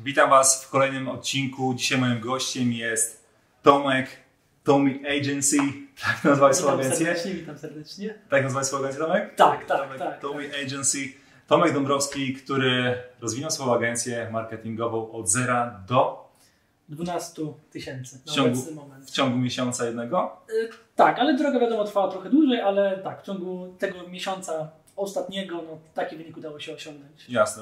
Witam Was w kolejnym odcinku. Dzisiaj moim gościem jest Tomek, Tomy Agency. Tak nazwałeś swoją agencję? Witam serdecznie. Tak nazwałeś swoją agencję, Tomek? Tak. Tomy Agency. Tomek Dąbrowski, który rozwinął swoją agencję marketingową od 0 do 12 tysięcy na obecny moment. W ciągu miesiąca jednego? Tak, ale droga wiadomo trwała trochę dłużej, ale tak, w ciągu tego miesiąca ostatniego taki wynik udało się osiągnąć. Jasne,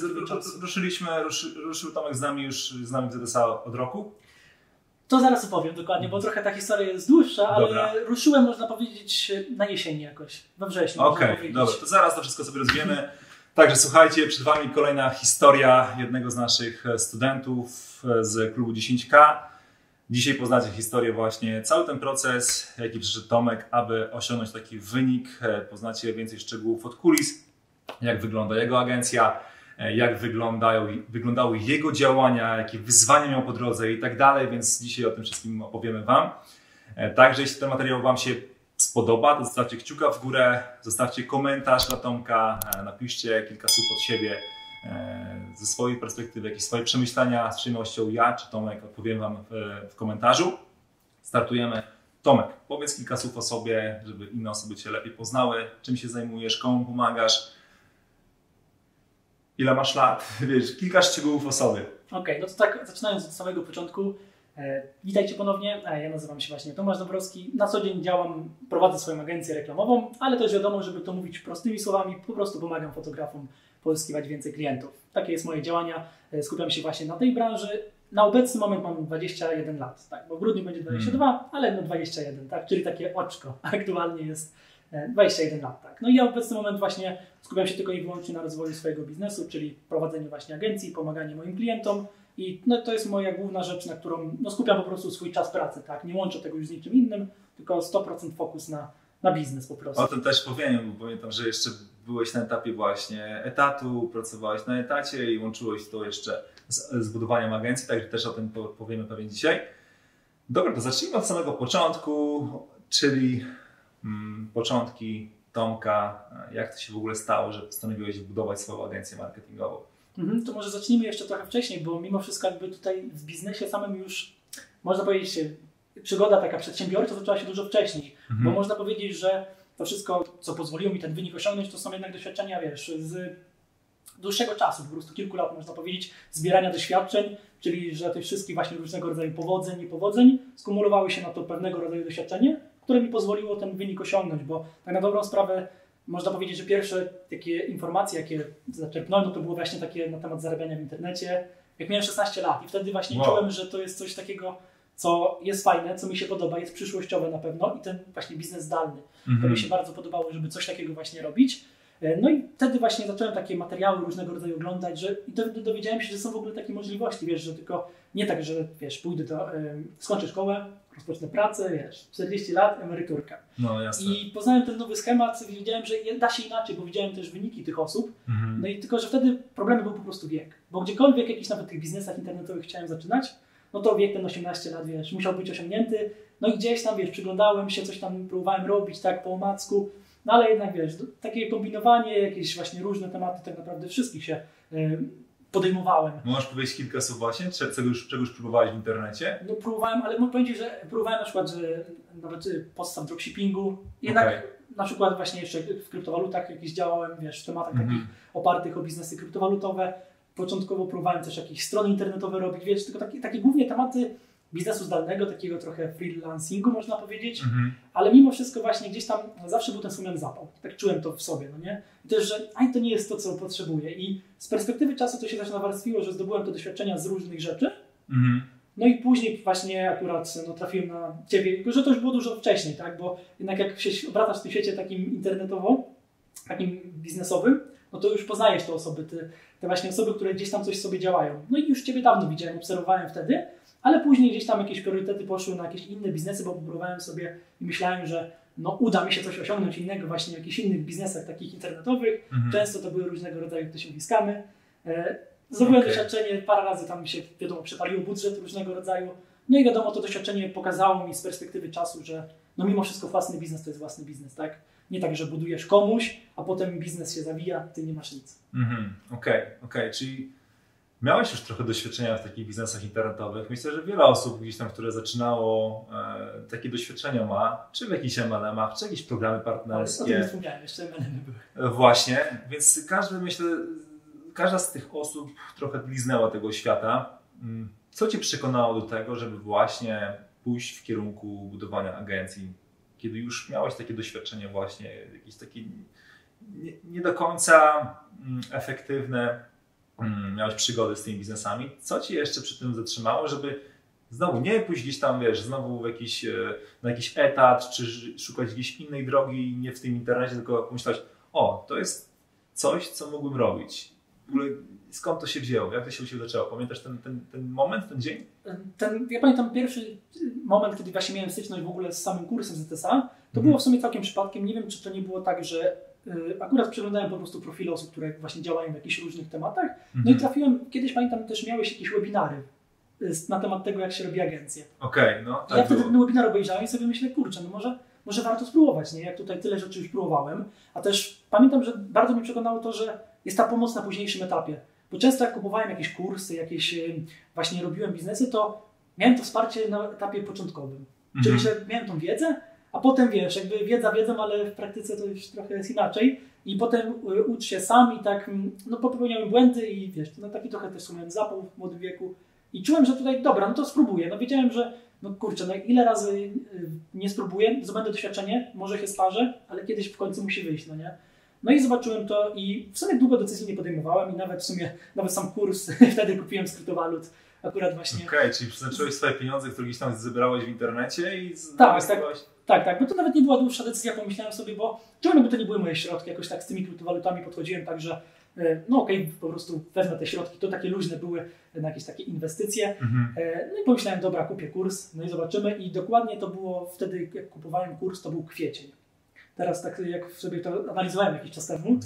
ruszył Tomek z nami w ZSA od roku? To zaraz opowiem dokładnie, bo trochę ta historia jest dłuższa, ale ruszyłem, można powiedzieć, na jesieni jakoś, we wrześniu. Okej, dobra, to zaraz to wszystko sobie rozwiemy. Także słuchajcie, przed Wami kolejna historia jednego z naszych studentów z klubu 10K. Dzisiaj poznacie historię właśnie, cały ten proces, jaki przeszedł Tomek, aby osiągnąć taki wynik. Poznacie więcej szczegółów od kulis, jak wygląda jego agencja, jak wyglądały jego działania, jakie wyzwania miał po drodze i tak dalej, więc dzisiaj o tym wszystkim opowiemy Wam. Także jeśli ten materiał Wam się spodoba, to zostawcie kciuka w górę, zostawcie komentarz dla Tomka, napiszcie kilka słów od siebie ze swojej perspektywy, jakieś swoje przemyślenia. Z przyjemnością ja czy Tomek odpowiem Wam w komentarzu. Startujemy. Tomek, powiedz kilka słów o sobie, żeby inne osoby Cię lepiej poznały. Czym się zajmujesz, komu pomagasz, ile masz lat, wiesz, kilka szczegółów o sobie. Okej, no to tak zaczynając od samego początku. Witajcie ponownie, ja nazywam się właśnie Tomasz Dąbrowski. Na co dzień prowadzę swoją agencję reklamową, ale też wiadomo, żeby to mówić prostymi słowami, po prostu pomagam fotografom pozyskiwać więcej klientów. Takie jest moje działania, skupiam się właśnie na tej branży. Na obecny moment mam 21 lat, tak, bo w grudniu będzie 22, ale 21, tak, czyli takie oczko aktualnie jest 21 lat, tak. No i ja w obecny moment właśnie skupiam się tylko i wyłącznie na rozwoju swojego biznesu, czyli prowadzeniu właśnie agencji, pomaganiu moim klientom. I to jest moja główna rzecz, na którą skupiam po prostu swój czas pracy, tak? Nie łączę tego już z niczym innym, tylko 100% fokus na biznes po prostu. O tym też powiem, bo pamiętam, że jeszcze byłeś na etapie właśnie etatu, pracowałeś na etacie i łączyłeś to jeszcze z budowaniem agencji, także też o tym powiemy pewnie dzisiaj. Dobra, to zacznijmy od samego początku, czyli początki Tomka. Jak to się w ogóle stało, że postanowiłeś budować swoją agencję marketingową? To może zacznijmy jeszcze trochę wcześniej, bo mimo wszystko jakby tutaj w biznesie samym już, można powiedzieć, przygoda taka przedsiębiorcza zaczęła się dużo wcześniej, bo można powiedzieć, że to wszystko, co pozwoliło mi ten wynik osiągnąć, to są jednak doświadczenia, wiesz, z dłuższego czasu, po prostu kilku lat, można powiedzieć, zbierania doświadczeń, czyli że tych wszystkich właśnie różnego rodzaju powodzeń, niepowodzeń skumulowały się na to pewnego rodzaju doświadczenie, które mi pozwoliło ten wynik osiągnąć, bo tak na dobrą sprawę można powiedzieć, że pierwsze takie informacje, jakie zaczerpnąłem, to było właśnie takie na temat zarabiania w internecie, jak miałem 16 lat i wtedy właśnie czułem, że to jest coś takiego, co jest fajne, co mi się podoba, jest przyszłościowe na pewno i ten właśnie biznes zdalny. To mi się bardzo podobało, żeby coś takiego właśnie robić. No i wtedy właśnie zacząłem takie materiały różnego rodzaju oglądać, i dowiedziałem się, że są w ogóle takie możliwości, wiesz, że tylko nie tak, że wiesz, skończę szkołę, rozpocznę pracę, wiesz, 40 lat, emeryturka. No jasne. I poznałem ten nowy schemat i wiedziałem, że da się inaczej, bo widziałem też wyniki tych osób. No i tylko, że wtedy problemem był po prostu wiek. Bo gdziekolwiek jakichś nawet tych biznesach internetowych chciałem zaczynać, no to wiek ten 18 lat, wiesz, musiał być osiągnięty. No i gdzieś tam, wiesz, przyglądałem się, coś tam próbowałem robić, tak, po omacku. No ale jednak, wiesz, takie kombinowanie, jakieś właśnie różne tematy, tak naprawdę wszystkich się podejmowałem. Możesz powiedzieć kilka słów właśnie, czego już próbowałeś w internecie? No próbowałem, ale mogę powiedzieć, że próbowałem na przykład, że nawet podstaw dropshippingu, jednak na przykład właśnie jeszcze w kryptowalutach jakieś działałem, wiesz, w tematach takich opartych o biznesy kryptowalutowe. Początkowo próbowałem też jakieś strony internetowe robić, wiesz, tylko takie głównie tematy biznesu zdalnego, takiego trochę freelancingu można powiedzieć, ale mimo wszystko właśnie gdzieś tam zawsze był ten wspomniany zapał. Tak czułem to w sobie, no nie? I też, że to nie jest to, co potrzebuję. I z perspektywy czasu to się też nawarstwiło, że zdobyłem te doświadczenia z różnych rzeczy. No i później właśnie akurat trafiłem na Ciebie, tylko że to już było dużo wcześniej, tak? Bo jednak jak się obracasz w tym świecie takim internetowo, takim biznesowym, no to już poznajesz te osoby, te właśnie osoby, które gdzieś tam coś sobie działają. No i już Ciebie dawno widziałem, obserwowałem wtedy, ale później gdzieś tam jakieś priorytety poszły na jakieś inne biznesy, bo próbowałem sobie i myślałem, że uda mi się coś osiągnąć innego właśnie w jakichś innych biznesach takich internetowych. Często to były różnego rodzaju tysiąciskamy. Zdobyłem doświadczenie, parę razy tam mi się, wiadomo, przepaliło budżet różnego rodzaju. No i wiadomo, to doświadczenie pokazało mi z perspektywy czasu, że mimo wszystko własny biznes to jest własny biznes, tak? Nie tak, że budujesz komuś, a potem biznes się zawija, ty nie masz nic. Okej, czyli Miałeś już trochę doświadczenia w takich biznesach internetowych. Myślę, że wiele osób gdzieś tam, które zaczynało, takie doświadczenia ma, czy w jakichś MLM-ach, czy jakieś programy partnerskie. O tym nie wspomniałem, jeszcze MLM-y były. Właśnie, więc każda z tych osób trochę bliznęła tego świata. Co Cię przekonało do tego, żeby właśnie pójść w kierunku budowania agencji, kiedy już miałeś takie doświadczenie właśnie, jakieś takie nie do końca efektywne, miałeś przygody z tymi biznesami. Co Ci jeszcze przy tym zatrzymało, żeby znowu nie pójść gdzieś tam, wiesz, znowu na jakiś etat, czy szukać gdzieś innej drogi, nie w tym internecie, tylko pomyśleć, to jest coś, co mógłbym robić. W ogóle skąd to się wzięło? Jak to się u Ciebie zaczęło? Pamiętasz ten moment, ten dzień? Ja pamiętam pierwszy moment, kiedy właśnie miałem styczność w ogóle z samym kursem ZSA. To było w sumie całkiem przypadkiem. Nie wiem, czy to nie było tak, że akurat przeglądałem po prostu profile osób, które właśnie działają w jakichś różnych tematach. No i trafiłem, kiedyś pamiętam, też miałeś jakieś webinary na temat tego, jak się robi agencję. Okej, no tak. Ja wtedy ten webinar obejrzałem i sobie myślę, kurczę, no może warto spróbować, nie? Jak tutaj tyle rzeczy już próbowałem. A też pamiętam, że bardzo mnie przekonało to, że jest ta pomoc na późniejszym etapie. Bo często jak kupowałem jakieś kursy, jakieś właśnie robiłem biznesy, to miałem to wsparcie na etapie początkowym. Czyli, że miałem tą wiedzę, a potem wiesz, jakby wiedza wiedzą, ale w praktyce to już trochę jest inaczej. I potem ucz się sam i tak, no popełniałem błędy i wiesz, no taki trochę też miałem zapał w młodym wieku. I czułem, że tutaj, dobra, no to spróbuję. No wiedziałem, że no kurczę, no ile razy nie spróbuję, zdobędę doświadczenie, może się sparzę, ale kiedyś w końcu musi wyjść, no nie? No i zobaczyłem to i w sumie długo decyzji nie podejmowałem i nawet sam kurs wtedy kupiłem z kryptowalut. Akurat właśnie. Okej, czyli przeznaczyłeś swoje pieniądze, które gdzieś tam zebrałeś w internecie i Tak, bo to nawet nie była dłuższa decyzja, pomyślałem sobie, bo czułem, by to nie były moje środki, jakoś tak z tymi kryptowalutami podchodziłem tak, że no okej, po prostu wezmę te środki, to takie luźne były na jakieś takie inwestycje. No i pomyślałem, dobra, kupię kurs, no i zobaczymy i dokładnie to było wtedy, jak kupowałem kurs, to był kwiecień. Teraz tak jak sobie to analizowałem jakiś czas temu.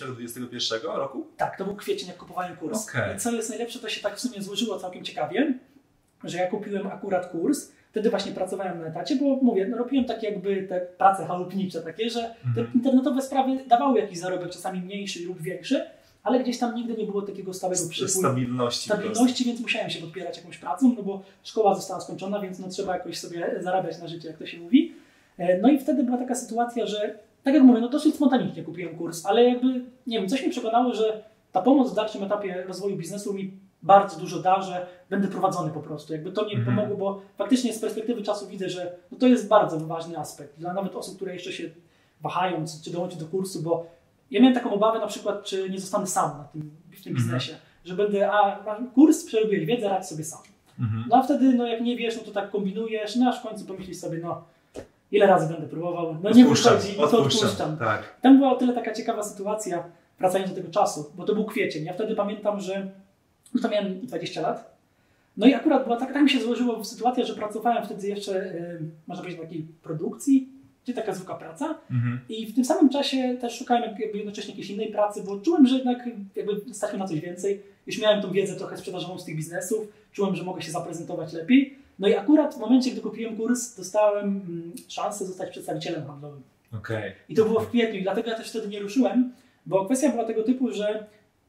2021 roku? Tak, to był kwiecień, jak kupowałem kurs. Okay. I co jest najlepsze, to się tak w sumie złożyło całkiem ciekawie, że ja kupiłem akurat kurs, wtedy właśnie pracowałem na etacie, bo mówię, no robiłem takie jakby te prace chałupnicze takie, że te internetowe sprawy dawały jakiś zarobek, czasami mniejszy lub większy, ale gdzieś tam nigdy nie było takiego stałego przypływu. Stabilności, więc musiałem się podpierać jakąś pracą, no bo szkoła została skończona, więc no trzeba jakoś sobie zarabiać na życie, jak to się mówi. No i wtedy była taka sytuacja, że tak jak mówię, no dosyć spontanicznie kupiłem kurs, ale jakby, nie wiem, coś mnie przekonało, że ta pomoc w dalszym etapie rozwoju biznesu mi bardzo dużo da, że będę prowadzony po prostu. Jakby to mi pomogło, bo faktycznie z perspektywy czasu widzę, że no to jest bardzo ważny aspekt dla nawet osób, które jeszcze się wahają, czy dołączyć do kursu, bo ja miałem taką obawę na przykład, czy nie zostanę sam w tym biznesie, że będę, kurs, przerobiłeś wiedzę, radź sobie sam. No a wtedy, no jak nie wiesz, no to tak kombinujesz, no aż w końcu pomyślisz sobie, no ile razy będę próbował, no nie wychodzi, to odpuszczam. Tak. Tam była o tyle taka ciekawa sytuacja, wracając do tego czasu, bo to był kwiecień. Ja wtedy pamiętam, że no to miałem 20 lat. No i akurat była tak mi się złożyło sytuacja, że pracowałem wtedy jeszcze, można powiedzieć, na takiej produkcji, gdzie taka zwykła praca. I w tym samym czasie też szukałem jakby jednocześnie jakiejś innej pracy, bo czułem, że jednak jakby stać mi na coś więcej. Już miałem tą wiedzę trochę sprzedażową z tych biznesów, czułem, że mogę się zaprezentować lepiej. No i akurat w momencie, gdy kupiłem kurs, dostałem szansę zostać przedstawicielem handlowym. Okay. I to było w kwietniu i dlatego ja też wtedy nie ruszyłem, bo kwestia była tego typu, że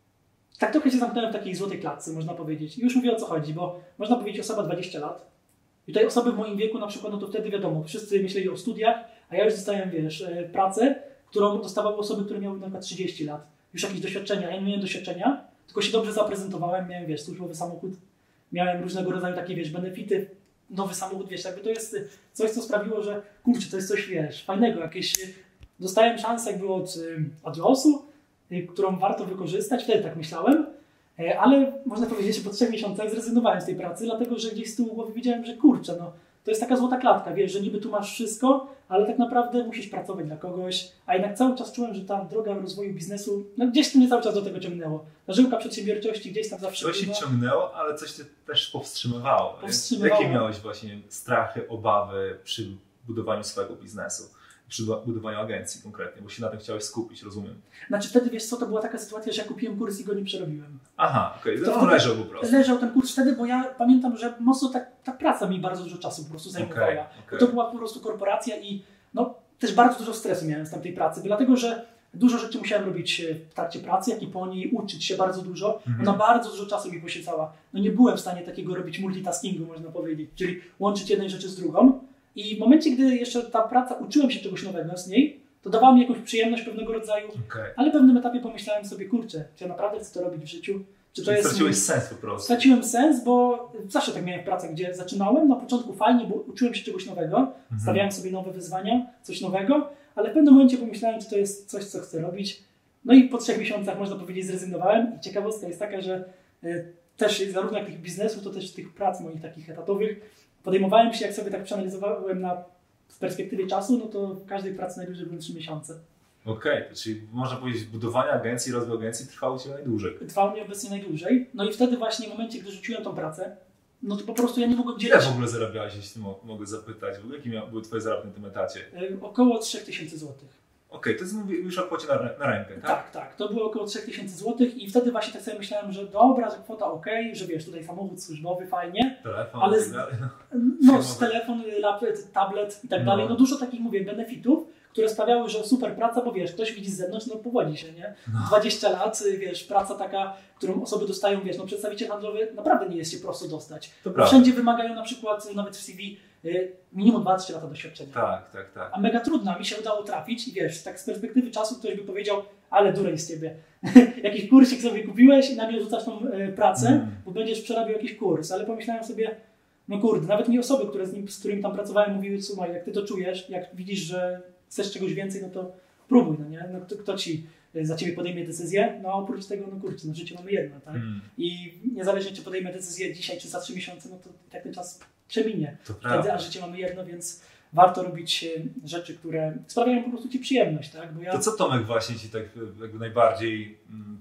tak trochę się zamknąłem w takiej złotej klatce, można powiedzieć. I już mówię, o co chodzi, bo można powiedzieć osoba 20 lat. I tutaj osoby w moim wieku na przykład, no to wtedy wiadomo, wszyscy myśleli o studiach, a ja już dostałem, pracę, którą dostawały osoby, które miały na przykład 30 lat. Już jakieś doświadczenia. Ja nie miałem doświadczenia, tylko się dobrze zaprezentowałem, miałem, służbowy samochód, miałem różnego rodzaju takie, benefity, nowy samochód, jakby to jest coś, co sprawiło, że kurczę, to jest coś, fajnego, jakieś, dostałem szansę jakby od losu, którą warto wykorzystać, wtedy tak myślałem, ale można powiedzieć, że po 3 miesiącach zrezygnowałem z tej pracy, dlatego, że gdzieś z tyłu głowy wiedziałem, że kurczę, no to jest taka złota klatka, że niby tu masz wszystko, ale tak naprawdę musisz pracować dla kogoś, a jednak cały czas czułem, że ta droga rozwoju biznesu, no gdzieś mnie cały czas do tego ciągnęło. Ta żyłka przedsiębiorczości gdzieś tam zawsze coś się ciągnęło, ale coś cię też powstrzymywało. Jakie miałeś właśnie strachy, obawy przy budowaniu swojego biznesu? Przy budowaniu agencji konkretnie, bo się na tym chciałeś skupić, rozumiem. Znaczy wtedy, to była taka sytuacja, że ja kupiłem kurs i go nie przerobiłem. Aha, okej. To leżał po prostu. Leżał ten kurs wtedy, bo ja pamiętam, że mocno ta praca mi bardzo dużo czasu po prostu zajmowała. Okay. To była po prostu korporacja i no, też bardzo dużo stresu miałem z tamtej pracy, dlatego że Dużo rzeczy musiałem robić w trakcie pracy, jak i po niej, uczyć się bardzo dużo. Ona bardzo dużo czasu mi poświęcała. No nie byłem w stanie takiego robić multitaskingu, można powiedzieć, czyli łączyć jednej rzeczy z drugą. I w momencie, gdy jeszcze ta praca, uczyłem się czegoś nowego z niej, to dawała mi jakąś przyjemność pewnego rodzaju, ale w pewnym etapie pomyślałem sobie, kurczę, czy ja naprawdę chcę to robić w życiu? Czy to jest... Straciłeś sens po prostu. Straciłem sens, bo zawsze tak miałem w pracy, gdzie zaczynałem, na początku fajnie, bo uczyłem się czegoś nowego, stawiałem sobie nowe wyzwania, coś nowego, ale w pewnym momencie pomyślałem, czy to jest coś, co chcę robić. No i po 3 miesiącach, można powiedzieć, zrezygnowałem i ciekawostka jest taka, że też zarówno jak tych biznesów, to też tych prac moich takich etatowych podejmowałem się, jak sobie tak przeanalizowałem w perspektywie czasu, no to w każdej pracy najdłużej były 3 miesiące. Okej, czyli można powiedzieć, budowanie agencji, rozwój agencji trwało Cię najdłużej. Trwało mnie obecnie najdłużej. No i wtedy właśnie w momencie, gdy rzuciłem tą pracę, no to po prostu ja nie mogłem dzielić. Ile w ogóle zarabiałeś, jeśli mogę zapytać? W ogóle jakie były Twoje zarobki na tym etacie? Około 3000 zł. Okej, to jest już o kwocie na rękę, tak? Tak, tak. To było około 3000 zł i wtedy właśnie tak sobie myślałem, że dobra, że kwota okej, że wiesz, tutaj samochód służbowy, fajnie. Telefon ale i tak dalej. No, telefon, laptop, tablet i tak dalej. No dużo takich, mówię, benefitów, które sprawiały, że super praca, bo wiesz, ktoś widzi z zewnątrz, no powodzi się, nie? 20 lat, wiesz, praca taka, którą osoby dostają, wiesz, no przedstawiciel handlowy naprawdę nie jest się prosto dostać. Wszędzie wymagają na przykład, nawet w CV, minimum 2-3 lata doświadczenia. Tak. A mega trudna, mi się udało trafić i wiesz, tak z perspektywy czasu ktoś by powiedział, ale dureń z ciebie. Jakiś kursik sobie kupiłeś i nagle rzucasz tą pracę, bo będziesz przerabiał jakiś kurs, ale pomyślałem sobie, no kurde, nawet mi osoby, z którymi tam pracowałem, mówiły, słuchaj, jak ty to czujesz, jak widzisz, że chcesz czegoś więcej, no to próbuj, no nie? No kto ci za ciebie podejmie decyzję? No oprócz tego, no kurczę, no życie mamy jedno, tak? I niezależnie czy podejmę decyzję dzisiaj, czy za 3 miesiące, no to tak ten czas przeminie. Wtedy, a życie mamy jedno, więc warto robić rzeczy, które sprawiają po prostu ci przyjemność, tak? Bo To co, Tomek, właśnie ci tak jakby najbardziej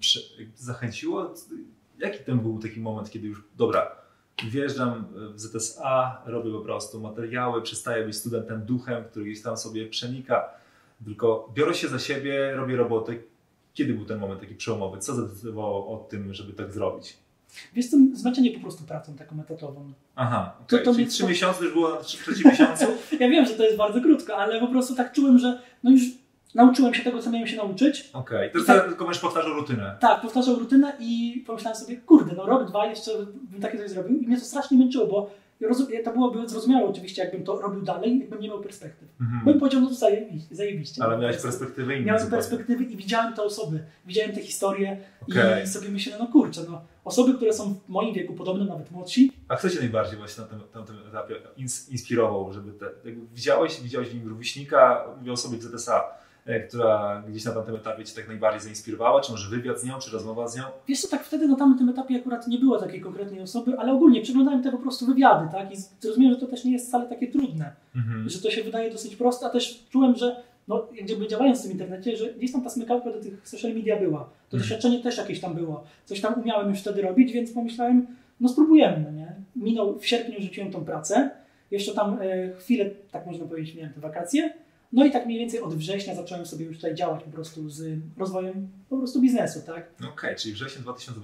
zachęciło? Jaki ten był taki moment, kiedy już, dobra, wjeżdżam w ZSA, robię po prostu materiały, przestaję być studentem duchem, który gdzieś tam sobie przenika, tylko biorę się za siebie, robię roboty. Kiedy był ten moment taki przełomowy? Co zadecydowało o tym, żeby tak zrobić? Wiesz co, zmęczenie po prostu pracą taką etatową. Aha, okay. Czyli 3 miesiące już było na 3 miesiącu? Ja wiem, że to jest bardzo krótko, ale po prostu tak czułem, że no już nauczyłem się tego, co miałem się nauczyć. Okej, to tak, tylko będziesz powtarzał rutynę. Tak, powtarzał rutynę i pomyślałem sobie, kurde, no rok, 2 jeszcze bym takie coś zrobił i mnie to strasznie męczyło, bo to byłoby zrozumiałe oczywiście, jakbym to robił dalej, jakbym nie miał perspektyw. Bo bym powiedział, no to zajebiście. Ale miałeś perspektywy inne. Miałem perspektywy i widziałem te osoby, widziałem te historie i sobie myślę, no kurczę, no osoby, które są w moim wieku, podobno nawet młodsi. A kto Cię najbardziej właśnie na tym etapie inspirował, żeby widziałeś w nim rówieśnika, mówię o osobie w ZSA, która gdzieś na tamtym etapie Cię tak najbardziej zainspirowała? Czy może wywiad z nią, czy rozmowa z nią? Wiesz co, tak wtedy na tamtym etapie akurat nie było takiej konkretnej osoby, ale ogólnie przeglądałem te po prostu wywiady, tak? I zrozumiałem, że to też nie jest wcale takie trudne, że to się wydaje dosyć proste, a też czułem, że no, jakby działając w tym internecie, że gdzieś tam ta smykałka do tych social media była. To doświadczenie też jakieś tam było. Coś tam umiałem już wtedy robić, więc pomyślałem, no spróbujemy, no nie? W sierpniu rzuciłem tą pracę, jeszcze tam chwilę, tak można powiedzieć, miałem te wakacje. No i tak mniej więcej od września zacząłem sobie już tutaj działać po prostu z rozwojem po prostu biznesu, tak? Okej, czyli wrzesień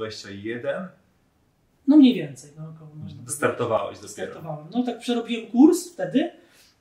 2021? No mniej więcej. No, około, Startowałeś dopiero. Startowałem. No tak przerobiłem kurs wtedy,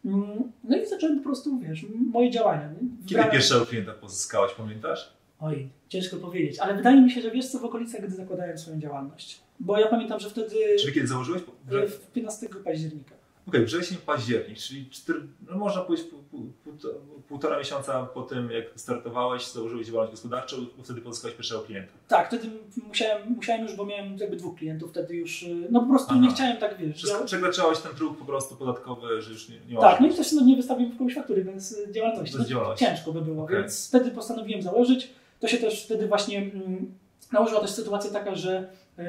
no i zacząłem po prostu, wiesz, moje działania. Kiedy pierwszego klienta pozyskałeś, pamiętasz? Oj, ciężko powiedzieć, ale wydaje mi się, że wiesz co, w okolicach, gdy zakładałem swoją działalność. Bo ja pamiętam, że wtedy... Czyli kiedy założyłeś? 15 października. Okej, wrzesień, październik, czyli można powiedzieć półtora miesiąca po tym, jak startowałeś, założyłeś działalność gospodarczą, bo wtedy pozyskałeś pierwszego klienta. Tak, wtedy musiałem już, bo miałem jakby 2 klientów, wtedy już, no po prostu nie chciałem tak, wiesz. Przekraczałeś ten próg po prostu podatkowy, że już nie ma. Tak, no i też nie wystawiłem w kogoś faktury bez działalności. Bez działalności. Ciężko by było, więc wtedy postanowiłem założyć. To się też wtedy właśnie nałożyła też sytuacja taka, że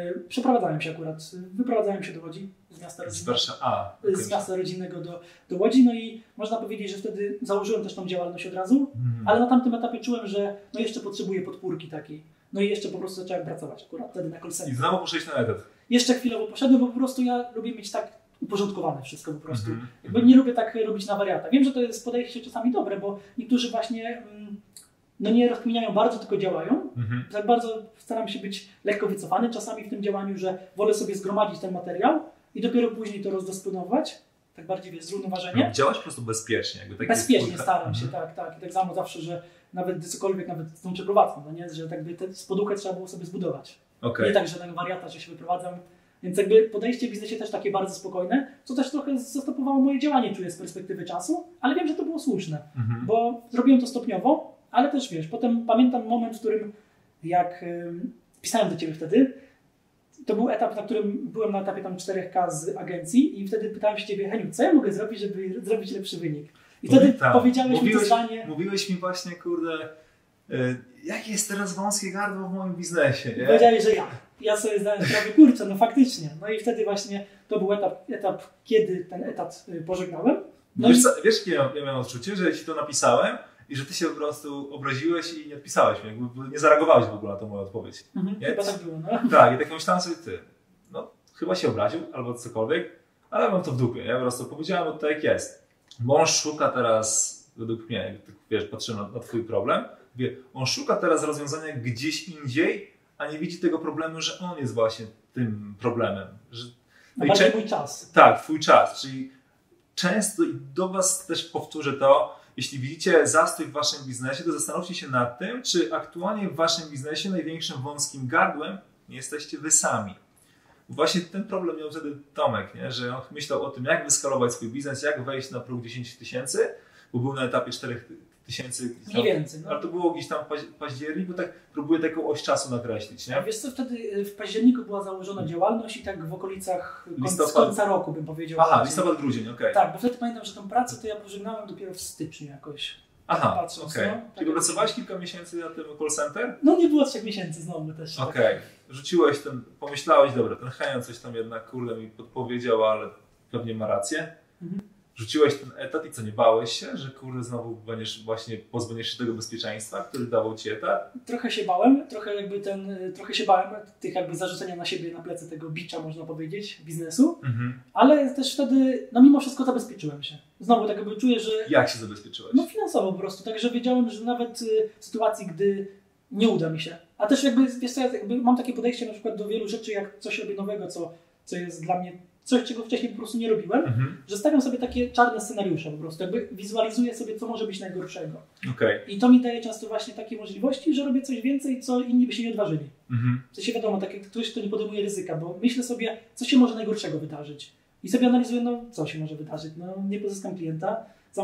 wyprowadzałem się do Łodzi z miasta rodzinnego. Z miasta rodzinnego do Łodzi, no i można powiedzieć, że wtedy założyłem też tą działalność od razu, ale na tamtym etapie czułem, że no jeszcze potrzebuję podpórki takiej. No i jeszcze po prostu zacząłem pracować akurat wtedy na call centrum. I znowu poszedłeś na etat. Jeszcze chwilowo poszedłem, bo po prostu ja lubię mieć tak uporządkowane wszystko po prostu. Jakby nie lubię tak robić na wariata. Wiem, że to jest podejście czasami dobre, bo niektórzy właśnie no nie rozkminiają bardzo, tylko działają. Tak bardzo staram się być lekko wycofany czasami w tym działaniu, że wolę sobie zgromadzić ten materiał i dopiero później to rozdysponować. Tak bardziej jest zrównoważenie. Działasz po prostu bezpiecznie. Bezpiecznie staram się, tak. I tak samo zawsze, że nawet cokolwiek, nawet tą przeprowadzką, no nie? Że jakby tę spódówkę trzeba było sobie zbudować. Nie tak, że tak wariata, że się wyprowadzam. Więc jakby podejście w biznesie też takie bardzo spokojne, co też trochę zastopowało moje działanie, czuję z perspektywy czasu, ale wiem, że to było słuszne, bo zrobiłem to stopniowo, ale też wiesz, potem pamiętam moment, w którym jak pisałem do Ciebie wtedy, to był etap, na którym byłem na etapie tam 4K z agencji i wtedy pytałem się Ciebie, Heniu, co ja mogę zrobić, żeby zrobić lepszy wynik? I wtedy powiedziałeś mi to zdanie... Mówiłeś mi właśnie, kurde, jakie jest teraz wąskie gardło w moim biznesie, nie? Powiedziałeś, że ja sobie zdałem sprawę, kurczę, no faktycznie. No i wtedy właśnie to był etap kiedy ten etat pożegnałem. No wiesz, jakie ja miałem odczucie, że Ci to napisałem i że Ty się po prostu obraziłeś i nie odpisałeś mi, jakby nie zareagowałeś w ogóle na tą moją odpowiedź. Chyba tak było, no. Tak, i tak myślałem sobie, no chyba się obraził albo cokolwiek, ale mam to w dupie, ja po prostu powiedziałem to jak jest. Bo on szuka teraz, według mnie, jak tak, wiesz, patrzę na Twój problem, on szuka teraz rozwiązania gdzieś indziej, a nie widzi tego problemu, że on jest właśnie tym problemem. No bardziej mój czas. Tak, Twój czas, czyli często i do Was też powtórzę to, jeśli widzicie zastój w Waszym biznesie, to zastanówcie się nad tym, czy aktualnie w Waszym biznesie największym wąskim gardłem nie jesteście Wy sami. Właśnie ten problem miał wtedy Tomek, nie? Że on myślał o tym, jak wyskalować swój biznes, jak wejść na próg 10 000, bo był na etapie 4 000. Mniej więcej. No. Ale to było gdzieś tam w październiku, tak próbuję taką oś czasu nakreślić. Nie? A wiesz co, wtedy w październiku była założona działalność i tak w okolicach końca roku bym powiedział. Aha, listopad, grudzień, okej. Tak, bo wtedy pamiętam, że tą pracę to ja pożegnałem dopiero w styczniu jakoś. Aha, okej. Czyli pracowałeś kilka miesięcy na tym call center? No nie było 3 miesięcy znowu też. Okej. Rzuciłeś pomyślałeś, dobra, ten Henion coś tam jednak kurde mi podpowiedział, ale pewnie ma rację. Rzuciłeś ten etat i co, nie bałeś się, że kurde znowu pozbędziesz się tego bezpieczeństwa, który dawał Ci etat? Trochę się bałem, trochę się bałem tych jakby zarzucenia na siebie, na plecy tego bicza, można powiedzieć, biznesu, ale też wtedy, no mimo wszystko zabezpieczyłem się. Znowu tak jakby czuję, że... Jak się zabezpieczyłeś? No finansowo po prostu, także wiedziałem, że nawet w sytuacji, gdy nie uda mi się, a też jakby, wiesz co, jakby mam takie podejście na przykład do wielu rzeczy, jak coś robię nowego, co jest dla mnie coś, czego wcześniej po prostu nie robiłem, że stawiam sobie takie czarne scenariusze po prostu, jakby wizualizuję sobie, co może być najgorszego. I to mi daje często właśnie takie możliwości, że robię coś więcej, co inni by się nie odważyli. To się wiadomo, tak jak ktoś, kto nie podejmuje ryzyka, bo myślę sobie, co się może najgorszego wydarzyć. I sobie analizuję, no co się może wydarzyć, no nie pozyskam klienta,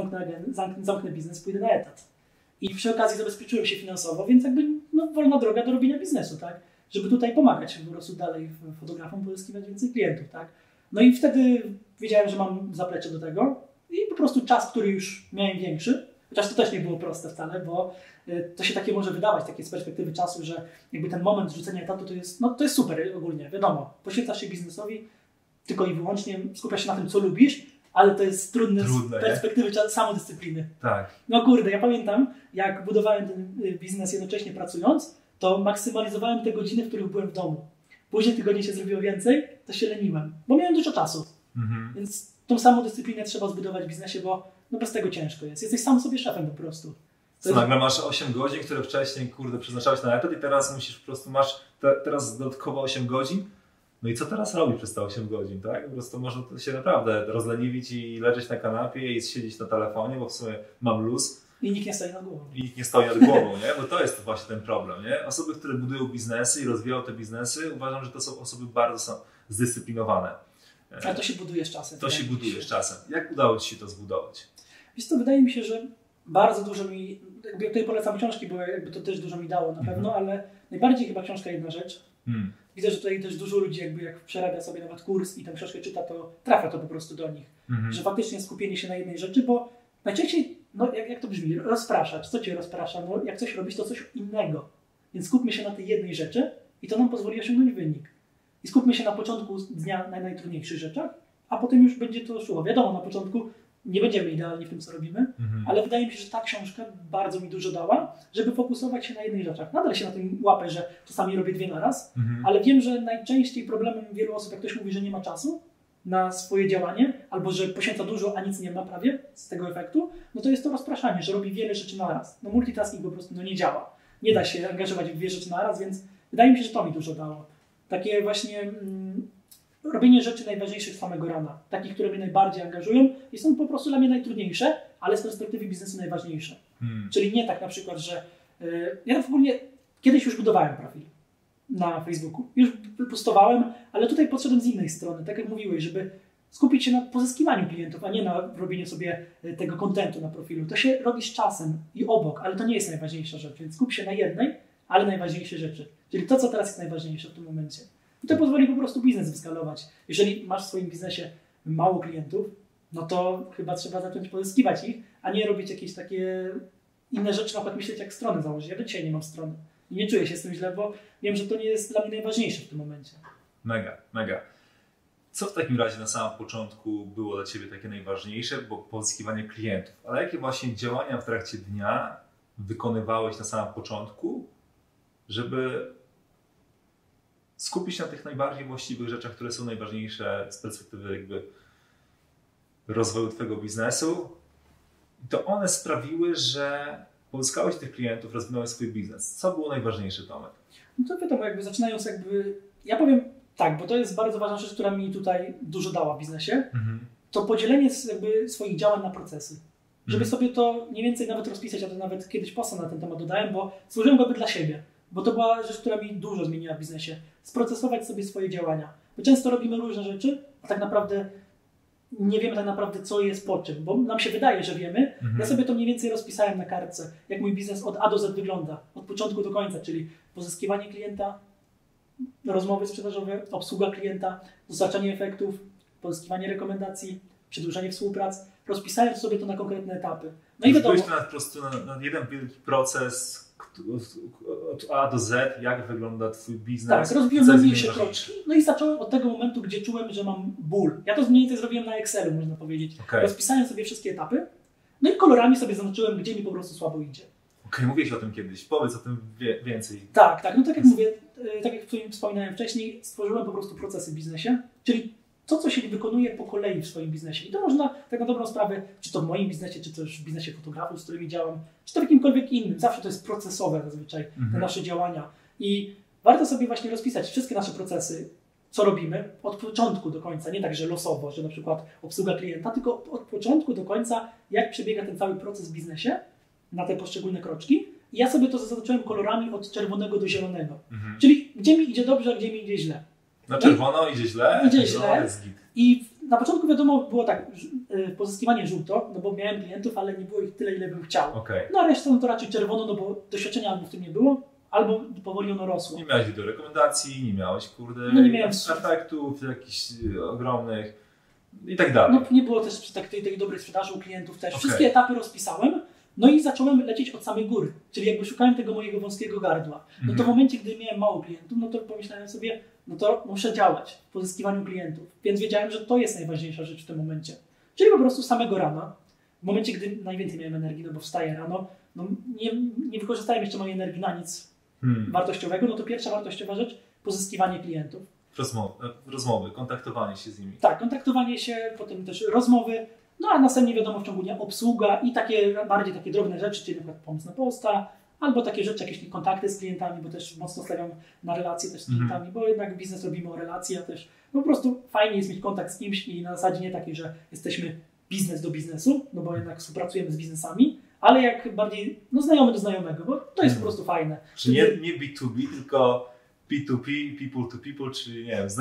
zamknę biznes, pójdę na etat. I przy okazji zabezpieczyłem się finansowo, więc jakby no, wolna droga do robienia biznesu, tak? Żeby tutaj pomagać po prostu dalej fotografom pozyskiwać więcej klientów, tak? No i wtedy wiedziałem, że mam zaplecze do tego i po prostu czas, który już miałem większy, chociaż to też nie było proste wcale, bo to się takie może wydawać, takie z perspektywy czasu, że jakby ten moment rzucenia etatu to jest super ogólnie, wiadomo, poświęcasz się biznesowi tylko i wyłącznie, skupiasz się na tym, co lubisz, ale to jest trudne z perspektywy samodyscypliny. Tak. No kurde, ja pamiętam, jak budowałem ten biznes jednocześnie pracując, to maksymalizowałem te godziny, w których byłem w domu. Później tygodnie się zrobiło więcej, to się leniłem, bo miałem dużo czasu. Więc tą samodyscyplinę trzeba zbudować w biznesie, bo no bez tego ciężko jest. Jesteś sam sobie szefem po prostu. Nagle masz 8 godzin, które wcześniej przeznaczałeś na etat i teraz musisz po prostu teraz dodatkowo 8 godzin. No i co teraz robić przez te 8 godzin, tak? Po prostu można się naprawdę rozleniwić i leżeć na kanapie i siedzieć na telefonie, bo w sumie mam luz. I nikt nie stoi nad głową. I nikt nie stoi nad głową, nie? Bo to jest właśnie ten problem, nie? Osoby, które budują biznesy i rozwijają te biznesy, uważam, że to są osoby bardzo zdyscyplinowane. Ale to się buduje z czasem. To się buduje z czasem. Jak udało Ci się to zbudować? Wiesz co, wydaje mi się, że bardzo dużo mi, jakby tutaj polecam książki, bo jakby to też dużo mi dało na pewno, ale najbardziej chyba książka Jedna Rzecz. Widzę, że tutaj też dużo ludzi jakby jak przerabia sobie nawet kurs i tę książkę czyta, to trafia to po prostu do nich. Że faktycznie skupienie się na jednej rzeczy, bo najczęściej, no jak to brzmi, rozpraszać. Co Cię rozprasza? No jak coś robisz, to coś innego. Więc skupmy się na tej jednej rzeczy i to nam pozwoli osiągnąć wynik. I skupmy się na początku dnia na najtrudniejszych rzeczach, a potem już będzie to szło. Wiadomo, na początku nie będziemy idealni w tym, co robimy, ale wydaje mi się, że ta książka bardzo mi dużo dała, żeby fokusować się na jednej rzeczach. Nadal się na tym łapę, że czasami robię 2 na raz, ale wiem, że najczęściej problemem wielu osób, jak ktoś mówi, że nie ma czasu na swoje działanie, albo że poświęca dużo, a nic nie ma prawie z tego efektu, no to jest to rozpraszanie, że robi wiele rzeczy na raz. No multitasking po prostu nie działa. Nie da się angażować w 2 rzeczy na raz, więc wydaje mi się, że to mi dużo dało. Takie właśnie robienie rzeczy najważniejszych z samego rana. Takich, które mnie najbardziej angażują i są po prostu dla mnie najtrudniejsze, ale z perspektywy biznesu najważniejsze. Czyli nie tak na przykład, że ja w ogóle kiedyś już budowałem profil na Facebooku, już postowałem, ale tutaj podszedłem z innej strony, tak jak mówiłeś, żeby skupić się na pozyskiwaniu klientów, a nie na robieniu sobie tego kontentu na profilu. To się robi z czasem i obok, ale to nie jest najważniejsza rzecz, więc skup się na jednej, ale najważniejszej rzeczy. Czyli to, co teraz jest najważniejsze w tym momencie. I to pozwoli po prostu biznes wyskalować. Jeżeli masz w swoim biznesie mało klientów, no to chyba trzeba zacząć pozyskiwać ich, a nie robić jakieś takie inne rzeczy, na przykład myśleć jak strony założyć. Ja do dzisiaj nie mam strony i nie czuję się z tym źle, bo wiem, że to nie jest dla mnie najważniejsze w tym momencie. Mega, mega. Co w takim razie na samym początku było dla Ciebie takie najważniejsze, bo pozyskiwanie klientów, ale jakie właśnie działania w trakcie dnia wykonywałeś na samym początku, żeby skupić się na tych najbardziej właściwych rzeczach, które są najważniejsze z perspektywy jakby rozwoju Twojego biznesu? I to one sprawiły, że pozyskałeś tych klientów, rozwinąłeś swój biznes. Co było najważniejsze, Tomek? No to wiadomo, zaczynając ja powiem tak, bo to jest bardzo ważna rzecz, która mi tutaj dużo dała w biznesie, to podzielenie swoich działań na procesy. Żeby sobie to mniej więcej nawet rozpisać, ja to nawet kiedyś posta na ten temat dodałem, bo stworzyłem go dla siebie. Bo to była rzecz, która mi dużo zmieniła w biznesie. Sprocesować sobie swoje działania. Bo często robimy różne rzeczy, a tak naprawdę nie wiemy tak naprawdę, co jest po czym, bo nam się wydaje, że wiemy. Ja sobie to mniej więcej rozpisałem na kartce, jak mój biznes od A do Z wygląda, od początku do końca, czyli pozyskiwanie klienta, rozmowy sprzedażowe, obsługa klienta, dostarczanie efektów, pozyskiwanie rekomendacji, przedłużanie współprac. Rozpisałem sobie to na konkretne etapy. No i wiadomo, byłeś to po prostu na jeden wielki proces od A do Z, jak wygląda Twój biznes. Tak, rozbiłem na mniejsze kroczki. No i zacząłem od tego momentu, gdzie czułem, że mam ból. Ja to mniej więcej zrobiłem na Excelu, można powiedzieć. Okay. Rozpisałem sobie wszystkie etapy, no i kolorami sobie zaznaczyłem, gdzie mi po prostu słabo idzie. Okej, mówiłeś o tym kiedyś. Powiedz o tym więcej. Tak. No tak jak mówię, tak jak wspominałem wcześniej, stworzyłem po prostu procesy w biznesie, czyli to, co się wykonuje po kolei w swoim biznesie. I to można tak na dobrą sprawę, czy to w moim biznesie, czy też w biznesie fotografów, z którymi działam, czy to w jakimkolwiek innym. Zawsze to jest procesowe zazwyczaj, te nasze działania. I warto sobie właśnie rozpisać wszystkie nasze procesy, co robimy, od początku do końca. Nie tak, że losowo, że na przykład obsługa klienta, tylko od początku do końca, jak przebiega ten cały proces w biznesie, na te poszczególne kroczki. I ja sobie to zaznaczyłem kolorami od czerwonego do zielonego. Czyli gdzie mi idzie dobrze, a gdzie mi idzie źle. Na czerwono idzie źle. Idzie źle. I na początku wiadomo było tak, pozyskiwanie żółto, no bo miałem klientów, ale nie było ich tyle, ile bym chciał. Okay. No a resztę no to raczej czerwono, no bo doświadczenia albo w tym nie było, albo powoli ono rosło. Nie miałeś do rekomendacji, nie miałeś nie miałem efektów jakichś ogromnych i tak dalej. No nie było też tej dobrej sprzedaży u klientów też. Wszystkie etapy rozpisałem. No i zacząłem lecieć od samej góry, czyli jakby szukałem tego mojego wąskiego gardła. No to w momencie, gdy miałem mało klientów, no to pomyślałem sobie, no to muszę działać w pozyskiwaniu klientów. Więc wiedziałem, że to jest najważniejsza rzecz w tym momencie. Czyli po prostu samego rana, w momencie, gdy najwięcej miałem energii, no bo wstaję rano, no nie wykorzystałem jeszcze mojej energii na nic wartościowego, no to pierwsza wartościowa rzecz, pozyskiwanie klientów. Rozmowy, kontaktowanie się z nimi. Tak, kontaktowanie się, potem też rozmowy. No a następnie wiadomo w ciągu dnia obsługa i bardziej takie drobne rzeczy, czyli na przykład pomysł na posta, albo takie rzeczy, jakieś kontakty z klientami, bo też mocno stawiam na relacje też z klientami, bo jednak biznes robimy o relacje, a też no po prostu fajnie jest mieć kontakt z kimś i na zasadzie nie takiej, że jesteśmy biznes do biznesu, no bo jednak współpracujemy z biznesami, ale jak bardziej znajomy do znajomego, bo to jest po prostu fajne. Czyli nie B2B, tylko P2P, people to people, czyli nie wiem,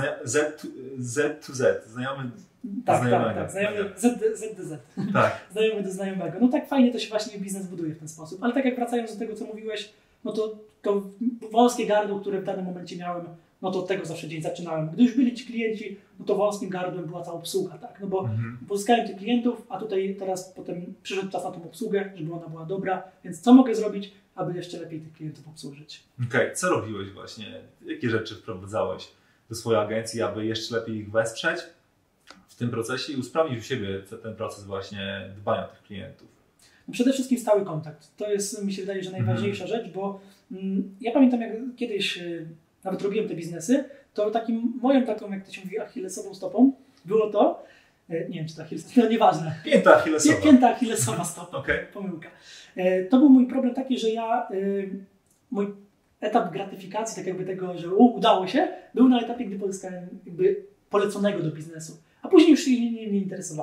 Z to Z, znajomy tak, znajomy Z do Z. Tak. Znajomy do znajomego. No tak fajnie to się właśnie biznes buduje w ten sposób. Ale tak jak wracając do tego, co mówiłeś, no to wąskie gardło, które w danym momencie miałem, no to od tego zawsze dzień zaczynałem. Gdy już byli ci klienci, no to wąskim gardłem była ta obsługa, tak? No bo pozyskałem tych klientów, a tutaj teraz potem przyszedł czas na tą obsługę, żeby ona była dobra, więc co mogę zrobić, aby jeszcze lepiej tych klientów obsłużyć? Okej, co robiłeś właśnie? Jakie rzeczy wprowadzałeś do swojej agencji, aby jeszcze lepiej ich wesprzeć w tym procesie i usprawnić u siebie ten proces właśnie dbania o tych klientów? No przede wszystkim stały kontakt. To jest, mi się wydaje, że najważniejsza rzecz, bo ja pamiętam, jak kiedyś nawet robiłem te biznesy, to moją taką, jak to się mówi, achillesową stopą było to, nie wiem czy to achillesowa, no nieważne. Pięta achillesowa. Pięta achillesowa stopa, pomyłka. To był mój problem taki, że mój etap gratyfikacji, tak jakby tego, że udało się, był na etapie, gdy pozyskałem jakby poleconego do biznesu, a później już się nie interesowałem.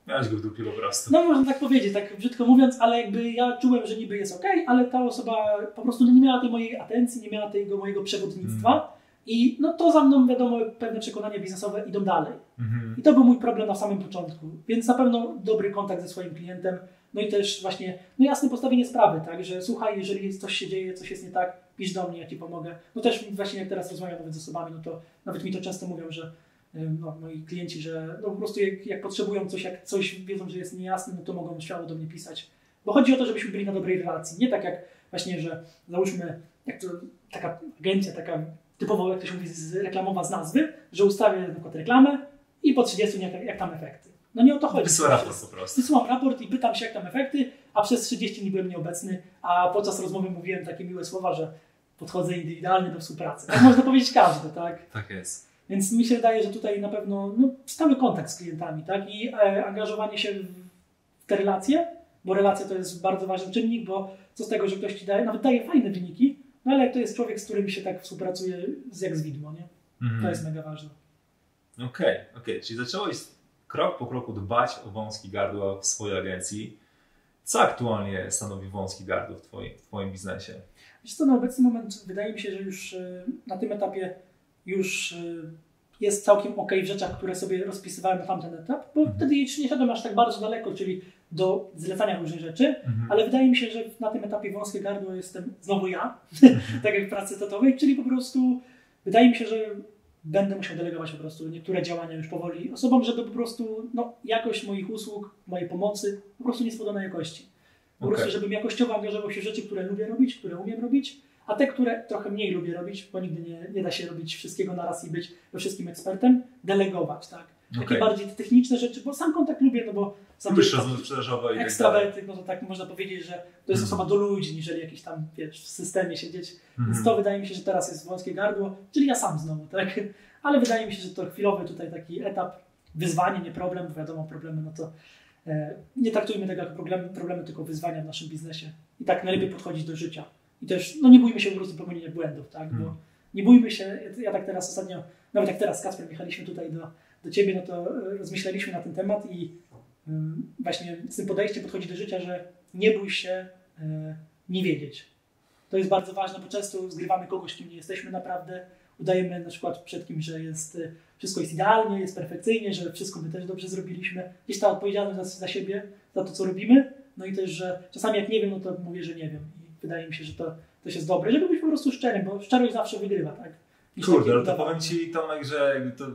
Miałeś go w dupie po prostu. No można tak powiedzieć, tak brzydko mówiąc, ale jakby ja czułem, że niby jest okej, ale ta osoba po prostu nie miała tej mojej atencji, nie miała tego mojego przewodnictwa i no to za mną wiadomo pewne przekonania biznesowe idą dalej. I to był mój problem na samym początku, więc na pewno dobry kontakt ze swoim klientem, no i też właśnie no jasne postawienie sprawy, tak, że słuchaj, jeżeli coś się dzieje, coś jest nie tak, pisz do mnie, ja Ci pomogę. No też właśnie jak teraz rozmawiam nawet z osobami, no to nawet mi to często mówią, że no, moi klienci, że no po prostu jak potrzebują coś, jak coś wiedzą, że jest niejasne, no to mogą śmiało do mnie pisać. Bo chodzi o to, żebyśmy byli na dobrej relacji. Nie tak jak właśnie, że załóżmy, jak to taka agencja, taka typowo, jak to się mówi, reklamowa z nazwy, że ustawię na przykład reklamę i po 30 jak tam efekty. No nie o to chodzi. Wysyłam raport po prostu. Wysyłam raport i pytam się, jak tam efekty, a przez 30 dni byłem nieobecny, a podczas rozmowy mówiłem takie miłe słowa, że podchodzę idealnie do współpracy. Tak można powiedzieć każdy, tak? Tak jest. Więc mi się wydaje, że tutaj na pewno stały kontakt z klientami, tak? I angażowanie się w te relacje, bo relacja to jest bardzo ważny czynnik, bo co z tego, że ktoś Ci daje, nawet daje fajne wyniki, no ale jak to jest człowiek, z którym się tak współpracuje jak z widmo, nie? To jest mega ważne. Okej. Czyli zacząłeś krok po kroku dbać o wąskie gardło w swojej agencji. Co aktualnie stanowi wąskie gardło w Twoim biznesie? Wiesz co, na obecny moment wydaje mi się, że już na tym etapie już jest całkiem okej w rzeczach, które sobie rozpisywałem na tamten etap, bo wtedy jeszcze nie szedłem aż tak bardzo daleko, czyli do zlecania różnych rzeczy, ale wydaje mi się, że na tym etapie wąskie gardło jestem znowu ja, tak jak w pracy etatowej, czyli po prostu wydaje mi się, że będę musiał delegować po prostu niektóre działania już powoli osobom, żeby po prostu jakość moich usług, mojej pomocy po prostu nie spadła na jakości. Po prostu, żebym jakościowo angażował się w rzeczy, które lubię robić, które umiem robić, a te, które trochę mniej lubię robić, bo nigdy nie da się robić wszystkiego naraz i być we wszystkim ekspertem, delegować, tak? Takie bardziej techniczne rzeczy, bo sam kontakt lubię, no bo sam rozmowy sprzedażowe i ekstrawertyk, no to tak można powiedzieć, że to jest osoba do ludzi, niżeli jakiś tam, wiesz, w systemie siedzieć. Więc to wydaje mi się, że teraz jest wąskie gardło, czyli ja sam znowu, tak? Ale wydaje mi się, że to chwilowy tutaj taki etap, wyzwanie, nie problem, bo wiadomo, problemy, no to nie traktujmy tego jako problemy, tylko wyzwania w naszym biznesie. I tak najlepiej podchodzić do życia. I też, nie bójmy się po prostu popełnienia błędów, tak? Bo nie bójmy się, ja tak teraz ostatnio, nawet jak teraz z Kacprem jechaliśmy tutaj do Ciebie, no to rozmyślaliśmy na ten temat i właśnie z tym podejściem podchodzi do życia, że nie bój się nie wiedzieć. To jest bardzo ważne, bo często zgrywamy kogoś, kim nie jesteśmy naprawdę, udajemy na przykład przed kimś, że wszystko jest idealnie, jest perfekcyjnie, że wszystko my też dobrze zrobiliśmy. Gdzieś ta odpowiedzialność za siebie, za to, co robimy, no i też, że czasami jak nie wiem, no to mówię, że nie wiem. I wydaje mi się, że to też jest dobre, żeby być po prostu szczerym, bo szczerość zawsze wygrywa, tak? Kurde, ale to powiem Ci, Tomek, że to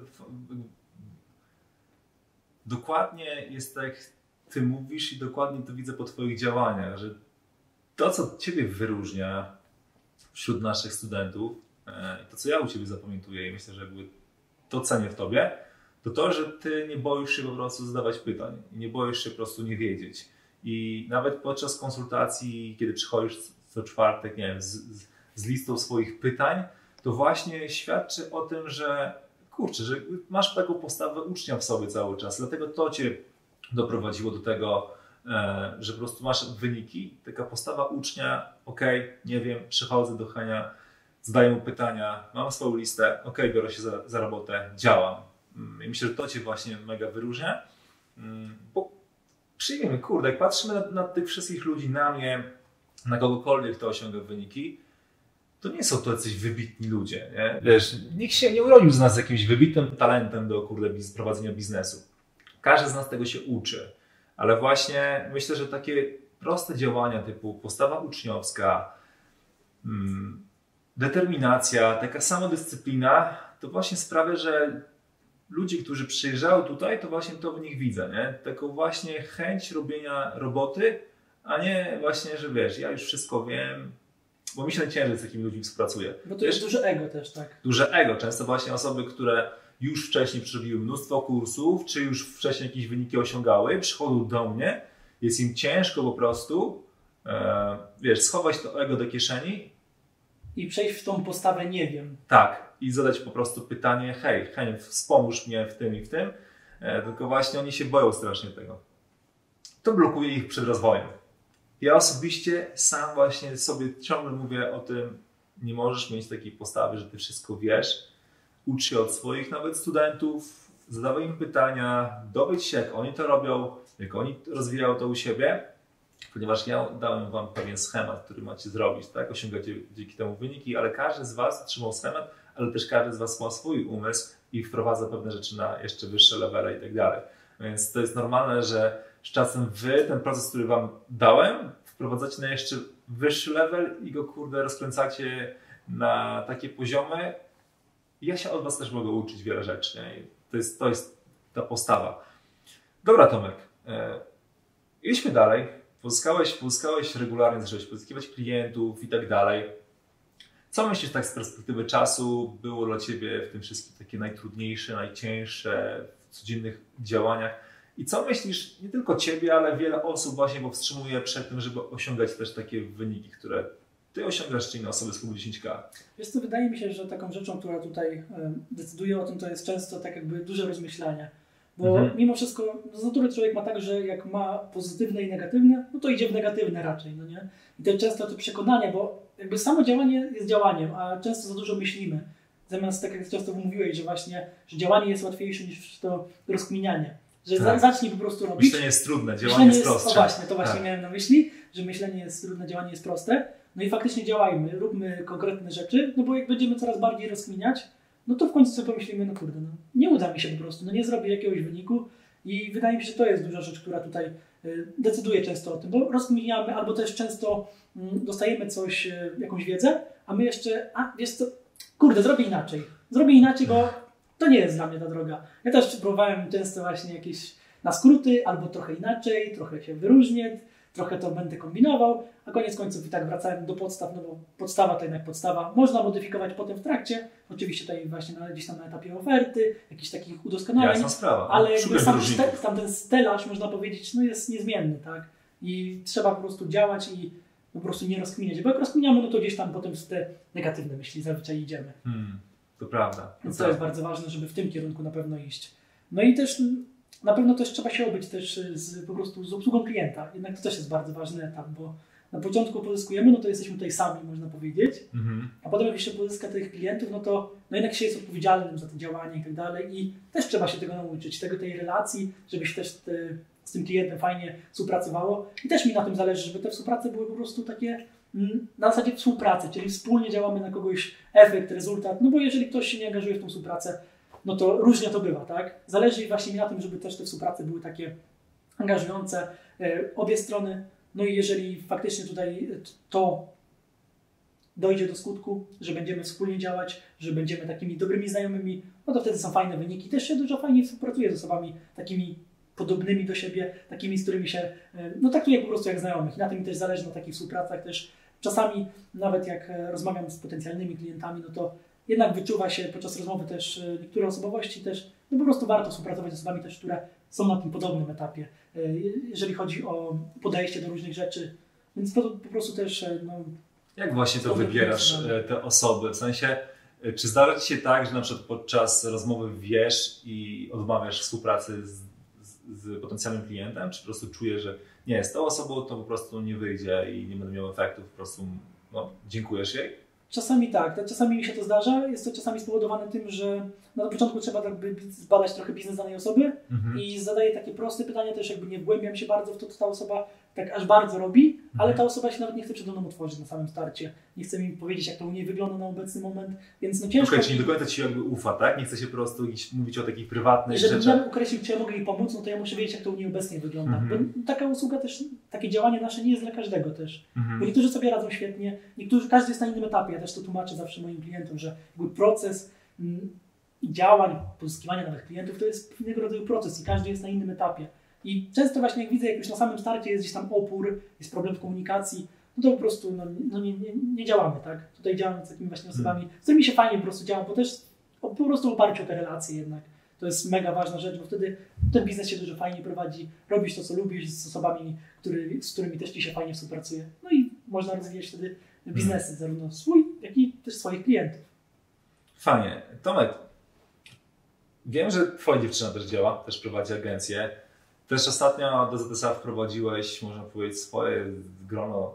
dokładnie jest tak, jak Ty mówisz i dokładnie to widzę po Twoich działaniach, że to, co Ciebie wyróżnia wśród naszych studentów, to, co ja u Ciebie zapamiętuję i myślę, że jakby to cenię w Tobie, to to, że Ty nie boisz się po prostu zadawać pytań i nie boisz się po prostu nie wiedzieć. I nawet podczas konsultacji, kiedy przychodzisz co czwartek, nie wiem, z listą swoich pytań, to właśnie świadczy o tym, że kurczę, że masz taką postawę ucznia w sobie cały czas. Dlatego to Cię doprowadziło do tego, że po prostu masz wyniki. Taka postawa ucznia, nie wiem, przychodzę do Henia, zadaję mu pytania, mam swoją listę, biorę się za robotę, działam. I myślę, że to Cię właśnie mega wyróżnia. Bo przyjmijmy, kurde, jak patrzymy na tych wszystkich ludzi, na mnie, na kogokolwiek, kto osiąga wyniki, to nie są to jacyś wybitni ludzie, nie? Wiesz, nikt się nie urodził z nas z jakimś wybitnym talentem do prowadzenia biznesu. Każdy z nas tego się uczy, ale właśnie myślę, że takie proste działania typu postawa uczniowska, determinacja, taka samodyscyplina, to właśnie sprawia, że ludzie, którzy przyjeżdżają tutaj, to właśnie to w nich widzę, nie? Taką właśnie chęć robienia roboty, a nie właśnie, że wiesz, ja już wszystko wiem, bo mi się najciężej z takimi ludźmi współpracuje. Bo to jest duże ego też, tak? Duże ego. Często właśnie osoby, które już wcześniej przerobiły mnóstwo kursów, czy już wcześniej jakieś wyniki osiągały, przychodzą do mnie, jest im ciężko po prostu, schować to ego do kieszeni i przejść w tą postawę nie wiem. Tak. I zadać po prostu pytanie, hej, wspomóż mnie w tym i w tym, tylko właśnie oni się boją strasznie tego. To blokuje ich przed rozwojem. Ja osobiście sam właśnie sobie ciągle mówię o tym, nie możesz mieć takiej postawy, że ty wszystko wiesz. Ucz się od swoich nawet studentów, zadawaj im pytania, dowiedz się, jak oni to robią, jak oni rozwijają to u siebie, ponieważ ja dałem Wam pewien schemat, który macie zrobić, tak? Osiągacie dzięki temu wyniki, ale każdy z Was otrzymał schemat, ale też każdy z Was ma swój umysł i wprowadza pewne rzeczy na jeszcze wyższe levele i tak dalej. Więc to jest normalne, że z czasem Wy ten proces, który Wam dałem, wprowadzacie na jeszcze wyższy level i go rozkręcacie na takie poziomy. Ja się od Was też mogę uczyć wiele rzeczy. Nie? To jest ta postawa. Dobra, Tomek. Idźmy dalej. Pozyskałeś regularnie, zacząłeś pozyskiwać klientów i tak dalej. Co myślisz tak z perspektywy czasu było dla Ciebie w tym wszystkim takie najtrudniejsze, najcięższe w codziennych działaniach? I co myślisz, nie tylko Ciebie, ale wiele osób właśnie powstrzymuje przed tym, żeby osiągać też takie wyniki, które Ty osiągasz, czy inne osoby z klubu 10K? Wiesz co, wydaje mi się, że taką rzeczą, która tutaj decyduje o tym, to jest często tak jakby duże rozmyślanie. Bo mimo wszystko z natury człowiek ma tak, że jak ma pozytywne i negatywne, no to idzie w negatywne raczej, no nie? I to często to przekonanie, bo jakby samo działanie jest działaniem, a często za dużo myślimy. Zamiast, tak jak często mówiłeś, że właśnie, że działanie jest łatwiejsze niż to rozkminianie. Że zacznij po prostu robić. Myślenie jest trudne, działanie jest prostsze. To właśnie miałem na myśli, że myślenie jest trudne, działanie jest proste. No i faktycznie działajmy, róbmy konkretne rzeczy, no bo jak będziemy coraz bardziej rozkminiać, no to w końcu sobie pomyślimy, no kurde, no nie uda mi się po prostu, no nie zrobię jakiegoś wyniku i wydaje mi się, że to jest duża rzecz, która tutaj decyduje często o tym, bo rozkminiamy albo też często dostajemy coś, jakąś wiedzę, a my jeszcze, wiesz co, kurde, zrobię inaczej, bo to nie jest dla mnie ta droga. Ja też próbowałem często właśnie jakieś na skróty, albo trochę inaczej, trochę się wyróżnię, trochę to będę kombinował, a koniec końców i tak wracałem do podstaw, no bo podstawa to jednak podstawa. Można modyfikować potem w trakcie, oczywiście tutaj właśnie gdzieś tam na etapie oferty, jakichś takich udoskonaleń, jasna sprawa. ale sam ten stelaż, można powiedzieć, no jest niezmienny, tak? I trzeba po prostu działać i po prostu nie rozkminiać, bo jak rozkminiamy, no to gdzieś tam potem w te negatywne myśli zazwyczaj idziemy. To prawda. Więc to jest bardzo ważne, żeby w tym kierunku na pewno iść. No i też na pewno też trzeba się obyć też po prostu z obsługą klienta. Jednak to też jest bardzo ważny etap, bo na początku pozyskujemy, no to jesteśmy tutaj sami, można powiedzieć, a potem jak jeszcze pozyska tych klientów, no to jednak się jest odpowiedzialnym za to działanie i tak dalej i też trzeba się tego nauczyć, tej relacji, żeby się też z tym klientem fajnie współpracowało i też mi na tym zależy, żeby te współprace były po prostu takie na zasadzie współpracy, czyli wspólnie działamy na kogoś efekt, rezultat, no bo jeżeli ktoś się nie angażuje w tą współpracę, no to różnie to bywa, tak? Zależy właśnie mi na tym, żeby też te współprace były takie angażujące, obie strony. No i jeżeli faktycznie tutaj to dojdzie do skutku, że będziemy wspólnie działać, że będziemy takimi dobrymi znajomymi, no to wtedy są fajne wyniki. Też się dużo fajnie współpracuje z osobami takimi podobnymi do siebie, takimi, z którymi się traktuję po prostu jak znajomych. I na tym mi też zależy, na takich współpracach też. Czasami nawet jak rozmawiam z potencjalnymi klientami, no to jednak wyczuwa się podczas rozmowy też niektóre osobowości też, no po prostu warto współpracować z osobami też, które są na tym podobnym etapie, jeżeli chodzi o podejście do różnych rzeczy, więc to po prostu też... Jak właśnie to wybierasz te osoby? W sensie, czy zdarza Ci się tak, że na przykład podczas rozmowy wiesz i odmawiasz współpracy z potencjalnym klientem, czy po prostu czujesz, że nie, z tą osobą to po prostu nie wyjdzie i nie będę miał efektów, po prostu dziękujesz jej? Czasami tak, czasami mi się to zdarza. Jest to czasami spowodowane tym, że na początku trzeba zbadać trochę biznes danej osoby i zadaję takie proste pytania, też jakby nie wgłębiam się bardzo w to, co ta osoba tak aż bardzo robi, ale ta osoba się nawet nie chce przede mną otworzyć na samym starcie. Nie chce mi powiedzieć, jak to u niej wygląda na obecny moment, więc ciężko... Okej, czyli nie do końca Ci jakby ufa, tak? Nie chce się po prostu mówić o takich prywatnych rzeczach. Żeby ja określić, czy ja mogę jej pomóc, no to ja muszę wiedzieć, jak to u niej obecnie wygląda. Bo taka usługa też, takie działanie nasze nie jest dla każdego też. Bo niektórzy sobie radzą świetnie, każdy jest na innym etapie. Ja też to tłumaczę zawsze moim klientom, że jakby proces działań, pozyskiwania nowych klientów to jest pewnego rodzaju proces i każdy jest na innym etapie. I często właśnie jak widzę, jak już na samym starcie jest gdzieś tam opór, jest problem w komunikacji, no to po prostu nie działamy, tak? Tutaj działamy z takimi właśnie osobami, z którymi się fajnie po prostu działa, bo też po prostu oparciu o te relacje jednak. To jest mega ważna rzecz, bo wtedy ten biznes się dużo fajnie prowadzi, robisz to, co lubisz z osobami, z którymi też Ci się fajnie współpracuje. No i można rozwijać wtedy biznesy, zarówno swój, jak i też swoich klientów. Fajnie. Tomek, wiem, że Twoja dziewczyna też działa, też prowadzi agencję. Też ostatnio do ZSA wprowadziłeś, można powiedzieć, swoje grono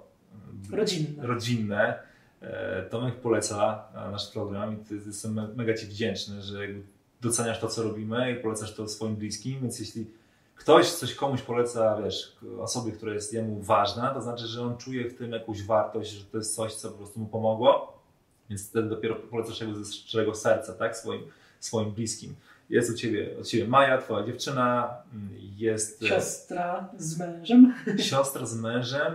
rodzinne. Tomek poleca nasz program i jestem mega Ci wdzięczny, że doceniasz to, co robimy i polecasz to swoim bliskim, więc jeśli ktoś coś komuś poleca, wiesz, osobie, która jest jemu ważna, to znaczy, że on czuje w tym jakąś wartość, że to jest coś, co po prostu mu pomogło, więc wtedy dopiero polecasz jego ze szczerego serca, tak, swoim bliskim. Jest od ciebie Maja, twoja dziewczyna, jest... Siostra z mężem. Siostra z mężem.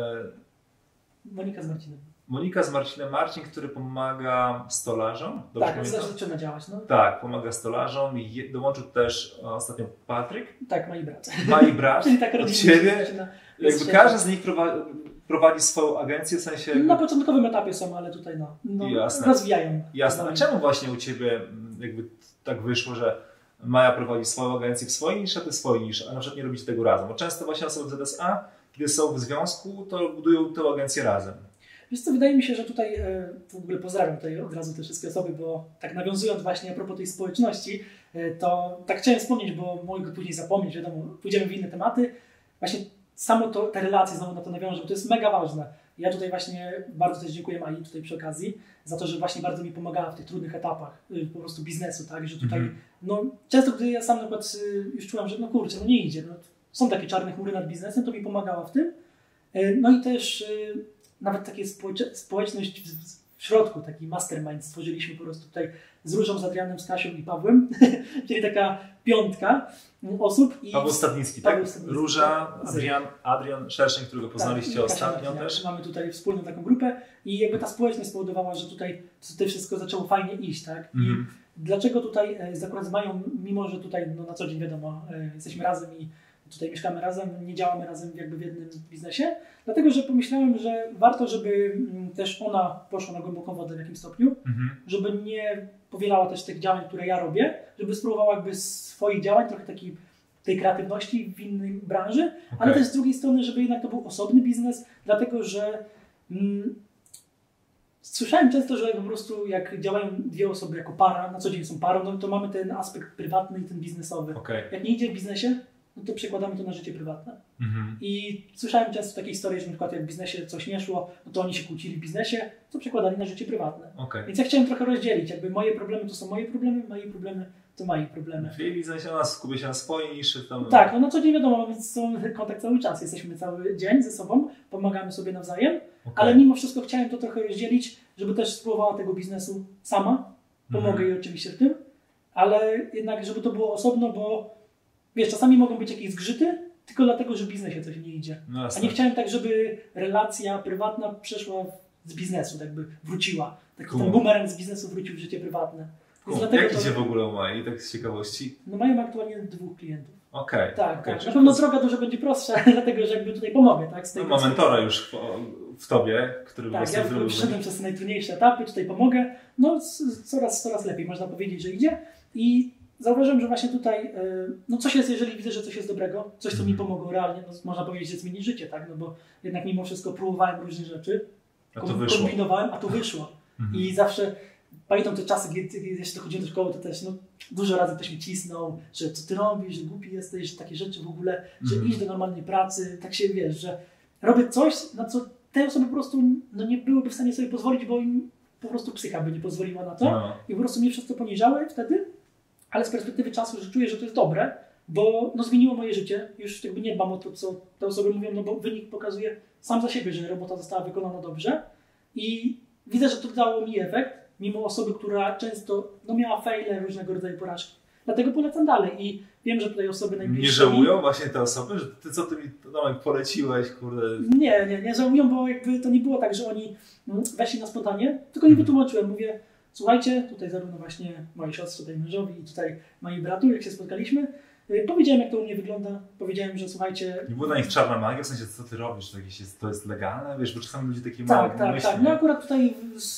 Monika z Marcinem. Monika z Marcinem. Marcin, który pomaga stolarzom. Tak, zaczyna działać. No. Tak, pomaga stolarzom. Dołączył też ostatnio Patryk. Tak, moi brat. Moi brat. Czyli tak od ciebie. Jakby każdy z nich prowadzi swoją agencję, w sensie... Na początkowym etapie są, ale tutaj rozwijają. Jasne. A czemu właśnie u ciebie jakby tak wyszło, że Maja prowadzi swoją agencję w swojej niszy, a ty w swojej niszy, a na przykład nie robicie tego razem? Bo często właśnie osoby w ZSA, kiedy są w związku, to budują tę agencję razem. Wiesz co, wydaje mi się, że tutaj w ogóle pozdrawiam tutaj od razu te wszystkie osoby, bo tak nawiązując właśnie a propos tej społeczności, to tak chciałem wspomnieć, bo mogę go później zapomnieć, wiadomo, pójdziemy w inne tematy. Właśnie samo to, te relacje znowu na to nawiążę, bo to jest mega ważne. Ja tutaj właśnie bardzo też dziękuję Mai tutaj przy okazji za to, że właśnie bardzo mi pomagała w tych trudnych etapach po prostu biznesu, tak, że tutaj no często gdy ja sam na przykład już czułem, że no kurczę, no nie idzie, no, są takie czarne chmury nad biznesem, to mi pomagała w tym. No i też nawet takie społeczność w środku, taki mastermind stworzyliśmy po prostu tutaj z Różą, z Adrianem, z Kasią i Pawłem, czyli taka piątka osób. I Paweł Stadnicki, tak? Róża, Adrian Szerszeń, którego poznaliście ostatnio też. Mamy tutaj wspólną taką grupę i jakby ta społeczność spowodowała, że tutaj to wszystko zaczęło fajnie iść, tak? I dlaczego tutaj akurat z Mają, mimo że tutaj no, na co dzień wiadomo, jesteśmy razem i tutaj mieszkamy razem, nie działamy razem jakby w jednym biznesie, dlatego, że pomyślałem, że warto, żeby też ona poszła na głęboką wodę w jakimś stopniu, żeby nie powielała też tych działań, które ja robię, żeby spróbowała jakby swoich działań, trochę tej kreatywności w innej branży, ale też z drugiej strony, żeby jednak to był osobny biznes, dlatego, że słyszałem często, że po prostu jak działają dwie osoby jako para, na co dzień są parą, no to mamy ten aspekt prywatny i ten biznesowy. Jak nie idzie w biznesie, no to przekładamy to na życie prywatne. I słyszałem często takie historie, że na przykład jak w biznesie coś nie szło, no to oni się kłócili w biznesie, to przekładali na życie prywatne. Więc ja chciałem trochę rozdzielić, jakby moje problemy to są moje problemy to moje problemy. Czyli biznesie skupię się na swojej niszy. Tak, no na co dzień wiadomo, mamy z sobą kontakt cały czas, jesteśmy cały dzień ze sobą, pomagamy sobie nawzajem, ale mimo wszystko chciałem to trochę rozdzielić, żeby też spróbowała tego biznesu sama, pomogę jej oczywiście w tym, ale jednak żeby to było osobno, bo wiesz, czasami mogą być jakieś zgrzyty, tylko dlatego, że w biznesie coś nie idzie. No a nie chciałem tak, żeby relacja prywatna przeszła z biznesu, jakby wróciła. Taki ten bumerang z biznesu wrócił w życie prywatne. Jak idzie w ogóle u Mai, tak z ciekawości? No mają aktualnie 2 klientów. Tak. Na pewno droga dużo będzie prostsza, dlatego że jakby tutaj pomogę. Tak, ma mentora już w tobie, który tak, ja przyszedłem przez te najtrudniejsze etapy, tutaj pomogę. No coraz lepiej, można powiedzieć, że idzie. I zauważyłem, że właśnie tutaj, no coś jest, jeżeli widzę, że coś jest dobrego, coś, co mi pomogło realnie, no można powiedzieć, że zmieni życie, tak? No bo jednak mimo wszystko próbowałem różnych rzeczy, kombinowałem, a to wyszło. I zawsze pamiętam te czasy, kiedy jeszcze chodziłem do szkoły, to też no, dużo razy ktoś mi cisnął, że co ty robisz, że głupi jesteś, że takie rzeczy w ogóle, że idź do normalnej pracy, tak się wiesz, że robię coś, na co te osoby po prostu no, nie byłyby w stanie sobie pozwolić, bo im po prostu psycha by nie pozwoliła na to i po prostu mnie przez to poniżały wtedy. Ale z perspektywy czasu, że czuję, że to jest dobre, bo no, zmieniło moje życie. Już jakby nie dbam o to, co te osoby mówią, no bo wynik pokazuje sam za siebie, że robota została wykonana dobrze. I widzę, że to dało mi efekt, mimo osoby, która często no, miała fejle, różnego rodzaju porażki. Dlatego polecam dalej i wiem, że tutaj osoby najbliższe... Nie żałują właśnie te osoby, że ty co ty mi poleciłeś, kurde? Nie żałują, bo jakby to nie było tak, że oni weszli na spontanie, tylko im wytłumaczyłem, mówię, słuchajcie, tutaj zarówno właśnie mojej siostrze, tutaj mężowi i tutaj mojej bratu, jak się spotkaliśmy, powiedziałem, jak to u mnie wygląda, powiedziałem, że słuchajcie... Nie było dla nich czarna magia, w sensie, co ty robisz, to jest legalne, wiesz, bo czasami ludzie takie tak, no akurat tutaj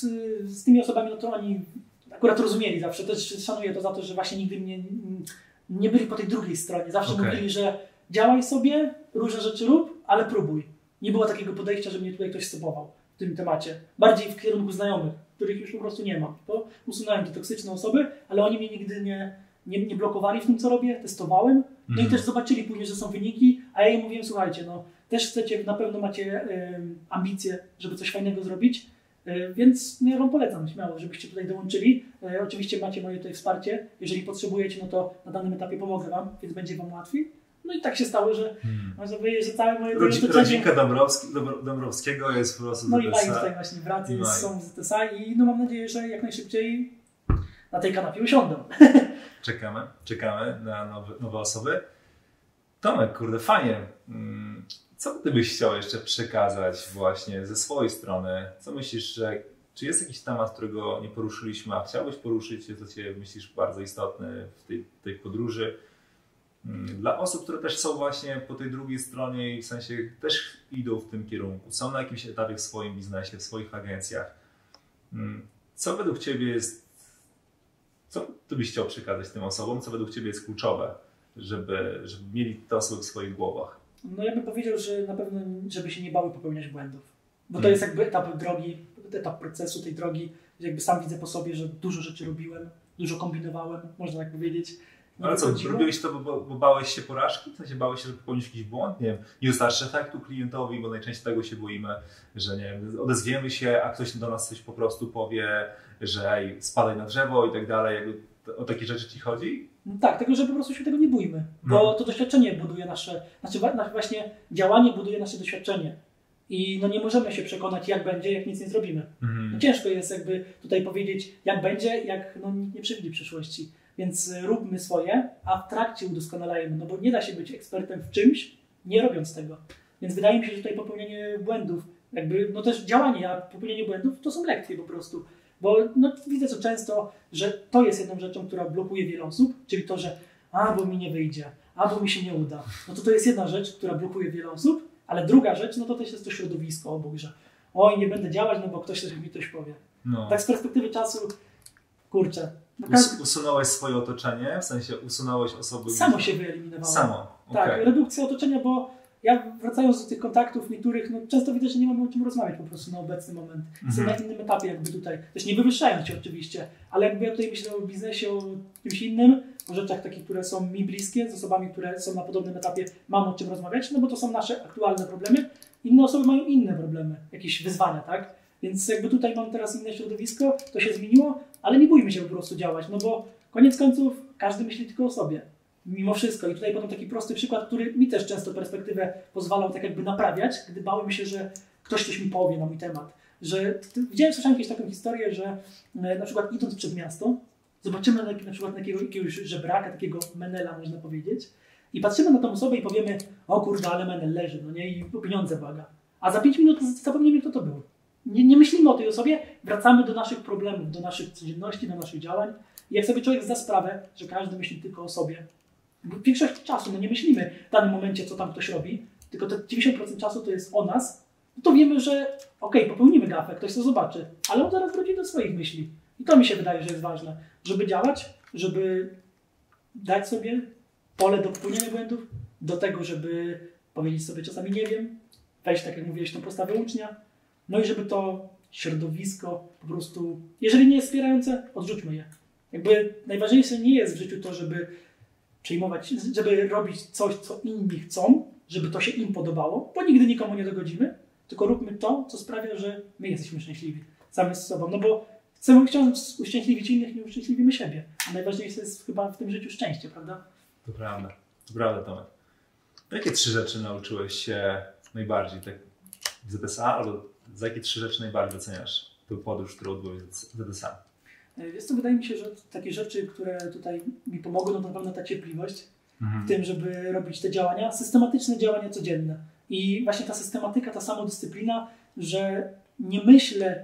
z tymi osobami, no to oni akurat rozumieli zawsze, też szanuję to za to, że właśnie nigdy mnie nie byli po tej drugiej stronie, zawsze mówili, że działaj sobie, różne rzeczy rób, ale próbuj. Nie było takiego podejścia, że mnie tutaj ktoś stopował w tym temacie, bardziej w kierunku znajomych, których już po prostu nie ma. Bo usunąłem te toksyczne osoby, ale oni mnie nigdy nie blokowali w tym, co robię, testowałem. No i też zobaczyli później, że są wyniki, a ja im mówiłem, słuchajcie, no też chcecie, na pewno macie ambicje, żeby coś fajnego zrobić, Więc ja Wam polecam śmiało, żebyście tutaj dołączyli. Oczywiście macie moje tutaj wsparcie. Jeżeli potrzebujecie, no to na danym etapie pomogę Wam, więc będzie Wam łatwiej. No i tak się stało, że można powiedzieć, że całe moje rodzinka Dąbrowskiego jest po prostu no i mają tutaj właśnie brat, są z ZSA i no mam nadzieję, że jak najszybciej na tej kanapie usiądą. Czekamy na nowe osoby. Tomek, kurde, fajnie. Co ty byś chciał jeszcze przekazać właśnie ze swojej strony? Co myślisz, że czy jest jakiś temat, którego nie poruszyliśmy, a chciałbyś poruszyć, co cię myślisz bardzo istotny w tej podróży? Dla osób, które też są właśnie po tej drugiej stronie i w sensie też idą w tym kierunku, są na jakimś etapie w swoim biznesie, w swoich agencjach. Co według ciebie jest, co ty byś chciał przekazać tym osobom, co według ciebie jest kluczowe, żeby mieli te osoby w swoich głowach? No ja bym powiedział, że na pewno, żeby się nie bały popełniać błędów. Bo to jest jakby etap drogi, etap procesu tej drogi, że jakby sam widzę po sobie, że dużo rzeczy robiłem, dużo kombinowałem, można tak powiedzieć. Ale co, robiłeś to, bo bałeś się porażki? W sensie bałeś się, że popełnisz jakiś błąd? Nie wiem, nie dostarczysz efektu klientowi, bo najczęściej tego się boimy, że nie wiem, odezwiemy się, a ktoś do nas coś po prostu powie, że ej, spadaj na drzewo i tak dalej. Jakby o takie rzeczy ci chodzi? No tak, tylko że po prostu się tego nie bójmy, bo to doświadczenie buduje właśnie działanie buduje nasze doświadczenie. I no nie możemy się przekonać, jak będzie, jak nic nie zrobimy. No ciężko jest jakby tutaj powiedzieć, jak będzie, jak no, nikt nie przewidzi przyszłości. Więc róbmy swoje, a w trakcie udoskonalajmy, no bo nie da się być ekspertem w czymś, nie robiąc tego. Więc wydaje mi się, że tutaj popełnianie błędów, jakby, no też działanie, a popełnianie błędów to są lekcje po prostu. Bo no, widzę co często, że to jest jedną rzeczą, która blokuje wiele osób, czyli to, że bo mi nie wyjdzie, bo mi się nie uda. No to jest jedna rzecz, która blokuje wiele osób, ale druga rzecz, no to też jest to środowisko obok, że oj, nie będę działać, no bo ktoś też mi coś powie. No. Tak z perspektywy czasu, kurczę. Usunąłeś swoje otoczenie? W sensie usunąłeś osoby? Samo się wyeliminowało. Samo, tak, redukcja otoczenia, bo ja wracając do tych kontaktów niektórych, no często widzę, że nie mamy o czym rozmawiać po prostu na obecny moment. Jestem na innym etapie jakby tutaj, też nie wywyższając się oczywiście, ale jakby ja tutaj myślę o biznesie, o czymś innym, o rzeczach takich, które są mi bliskie, z osobami, które są na podobnym etapie, mam o czym rozmawiać, no bo to są nasze aktualne problemy. Inne osoby mają inne problemy, jakieś wyzwania, tak? Więc jakby tutaj mam teraz inne środowisko, to się zmieniło, ale nie bójmy się po prostu działać, no bo koniec końców każdy myśli tylko o sobie. Mimo wszystko. I tutaj podam taki prosty przykład, który mi też często perspektywę pozwalał tak jakby naprawiać, gdy bałem się, że ktoś coś mi powie na mój temat. Że słyszałem kiedyś taką historię, że na przykład idąc przed miasto, zobaczymy na przykład jakiegoś żebraka, takiego menela można powiedzieć, i patrzymy na tą osobę i powiemy, o kurde, ale menel leży, no nie, i pieniądze waga. A za 5 minut zapomniemy, kto to był. Nie myślimy o tej osobie, wracamy do naszych problemów, do naszych codzienności, do naszych działań. I jak sobie człowiek zda sprawę, że każdy myśli tylko o sobie, bo w większości czasu nie myślimy w danym momencie, co tam ktoś robi, tylko te 90% czasu to jest o nas, no to wiemy, że popełnimy gafę, ktoś to zobaczy, ale on zaraz wróci do swoich myśli. I to mi się wydaje, że jest ważne, żeby działać, żeby dać sobie pole do popełnienia błędów, do tego, żeby powiedzieć sobie czasami nie wiem, wejść, tak jak mówiłeś, tą postawę ucznia, no i żeby to środowisko po prostu, jeżeli nie jest wspierające, odrzućmy je. Jakby najważniejsze nie jest w życiu to, żeby przyjmować, żeby robić coś, co inni chcą, żeby to się im podobało, bo nigdy nikomu nie dogodzimy, tylko róbmy to, co sprawia, że my jesteśmy szczęśliwi sami z sobą. No bo chcemy uszczęśliwić innych, nie uszczęśliwimy siebie. A najważniejsze jest chyba w tym życiu szczęście, prawda? To prawda, Tomek. Jakie 3 rzeczy nauczyłeś się najbardziej tak w ZSA, albo za jakie 3 rzeczy najbardziej doceniasz tę podróż, którą odbyłeś w ZSA? Wiesz co, wydaje mi się, że takie rzeczy, które tutaj mi pomogą, no to na pewno ta cierpliwość w tym, żeby robić te działania, systematyczne działania codzienne. I właśnie ta systematyka, ta samodyscyplina, że nie myślę,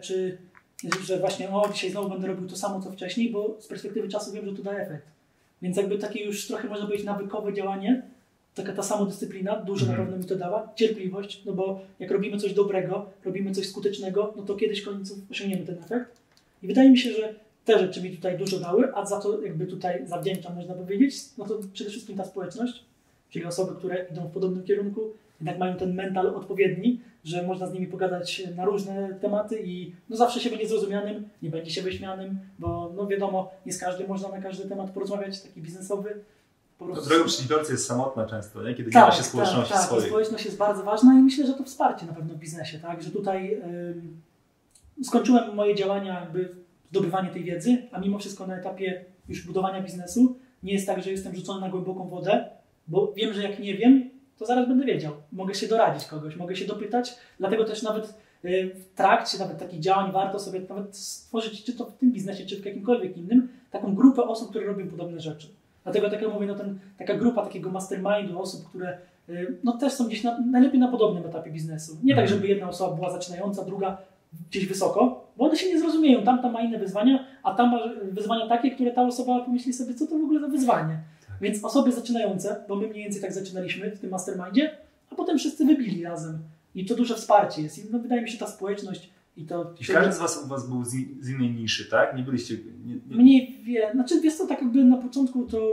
że właśnie dzisiaj znowu będę robił to samo, co wcześniej, bo z perspektywy czasu wiem, że to da efekt. Więc jakby takie już trochę można powiedzieć nawykowe działanie, taka ta samodyscyplina, dużo na pewno mi to dała, cierpliwość, no bo jak robimy coś dobrego, robimy coś skutecznego, no to kiedyś w końcu osiągniemy ten efekt. I wydaje mi się, że te rzeczy mi tutaj dużo dały, a za to jakby tutaj zawdzięczam, można powiedzieć, no to przede wszystkim ta społeczność, czyli osoby, które idą w podobnym kierunku, jednak mają ten mental odpowiedni, że można z nimi pogadać na różne tematy i no zawsze się będzie zrozumianym, nie będzie się wyśmianym, bo no wiadomo, nie z każdym można na każdy temat porozmawiać, taki biznesowy. Droga przedsiębiorcy jest samotna często, nie? Kiedy nie ma się społeczności swojej. Społeczność jest bardzo ważna i myślę, że to wsparcie na pewno w biznesie, tak? Że tutaj skończyłem moje działania, jakby zdobywanie tej wiedzy, a mimo wszystko na etapie już budowania biznesu nie jest tak, że jestem rzucony na głęboką wodę, bo wiem, że jak nie wiem, to zaraz będę wiedział. Mogę się doradzić kogoś, mogę się dopytać, dlatego też nawet w trakcie nawet takich działań warto sobie nawet stworzyć, czy to w tym biznesie, czy w jakimkolwiek innym, taką grupę osób, które robią podobne rzeczy. Dlatego, tak jak mówię, no taka grupa takiego mastermindu osób, które też są gdzieś najlepiej na podobnym etapie biznesu. Nie tak, żeby jedna osoba była zaczynająca, druga gdzieś wysoko, bo one się nie zrozumieją. Tamta ma inne wyzwania, a tam ma wyzwania takie, które ta osoba pomyśli sobie, co to w ogóle za wyzwanie. Tak. Więc osoby zaczynające, bo my mniej więcej tak zaczynaliśmy w tym mastermindzie, a potem wszyscy wybili razem. I to duże wsparcie jest. I wydaje mi się, ta społeczność i to... I każdy z was był z innej niszy, tak? Nie byliście... Mniej wie... Znaczy, wiesz co, tak jakby na początku to...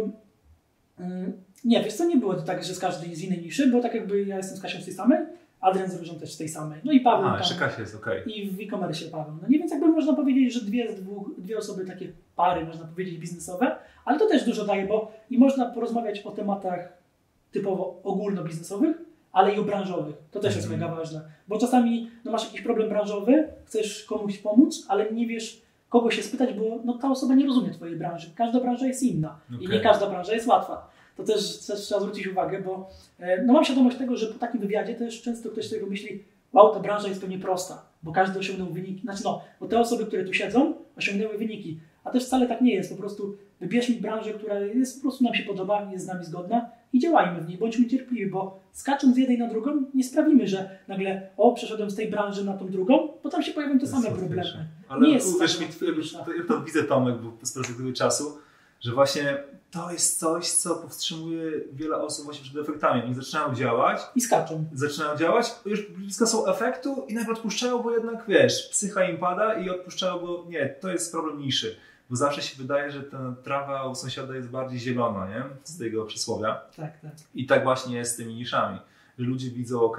Nie, wiesz co, nie było to tak, że z każdej z innej niszy, bo tak jakby ja jestem z Kasią z tej samej, Adrian z Różą też z tej samej. No i Paweł tam. Jeszcze Kasia jest, okej. I w e-commerce Paweł. No nie, więc jakby można powiedzieć, że dwie osoby, takie pary, można powiedzieć, biznesowe, ale to też dużo daje, bo i można porozmawiać o tematach typowo ogólnobiznesowych, ale i o branżowych. To też jest mega ważne, bo czasami masz jakiś problem branżowy, chcesz komuś pomóc, ale nie wiesz, kogo się spytać, bo ta osoba nie rozumie twojej branży. Każda branża jest inna i nie każda branża jest łatwa. To też trzeba zwrócić uwagę, bo mam świadomość tego, że po takim wywiadzie też często ktoś sobie myśli, wow, ta branża jest pewnie prosta, bo każdy osiągnął wyniki. Znaczy bo te osoby, które tu siedzą, osiągnęły wyniki, a też wcale tak nie jest. Po prostu wybierzmy branżę, która jest po prostu nam się podoba, jest z nami zgodna i działajmy w niej, bądźmy cierpliwi, bo skacząc z jednej na drugą nie sprawimy, że nagle przeszedłem z tej branży na tą drugą, bo tam się pojawią te same problemy. Ale nie jest uwierz mi, ja to widzę, Tomek, bo z perspektywy czasu, że właśnie to jest coś, co powstrzymuje wiele osób właśnie przed efektami. Oni zaczynają działać. I skaczą. Zaczynają działać, już blisko są efektu i nagle odpuszczają, bo jednak wiesz, psycha im pada i odpuszczają, bo nie, to jest problem niszy. Bo zawsze się wydaje, że ta trawa u sąsiada jest bardziej zielona, nie? Z tego przysłowia. Tak, tak. I tak właśnie jest z tymi niszami. Że ludzie widzą,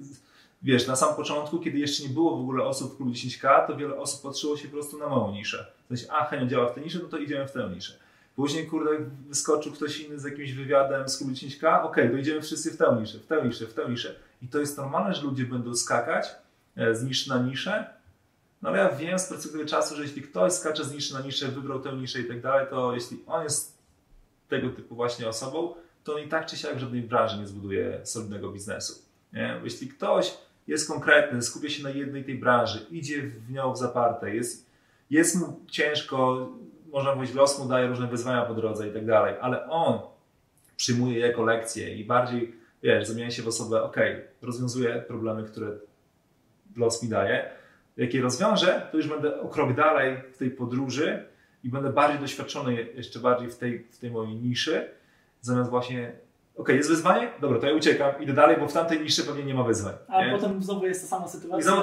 wiesz, na samym początku, kiedy jeszcze nie było w ogóle osób w klubie 10K, to wiele osób patrzyło się po prostu na małą niszę. W sensie, Henio działa w tej niszy, no to idziemy w tę niszę. Później, wyskoczył ktoś inny z jakimś wywiadem z klubu 10K, to idziemy wszyscy w tę niszę, w tę niszę, w tę niszę. I to jest normalne, że ludzie będą skakać z niszy na niszę. No ale ja wiem z perspektywy czasu, że jeśli ktoś skacze z niszy na niszę, wybrał tę niszę i tak dalej, to jeśli on jest tego typu właśnie osobą, to on i tak czy siak w żadnej branży nie zbuduje solidnego biznesu. Nie? Bo jeśli ktoś jest konkretny, skupia się na jednej tej branży, idzie w nią w zaparte, jest mu ciężko, można powiedzieć, los mu daje różne wyzwania po drodze i tak dalej, ale on przyjmuje je jako lekcje i bardziej, zamienia się w osobę, rozwiązuje problemy, które los mi daje. Jak je rozwiążę, to już będę o krok dalej w tej podróży i będę bardziej doświadczony jeszcze bardziej w tej mojej niszy, zamiast właśnie, jest wyzwanie? Dobra, to ja uciekam, idę dalej, bo w tamtej niszy pewnie nie ma wyzwań. A potem znowu jest ta sama sytuacja. I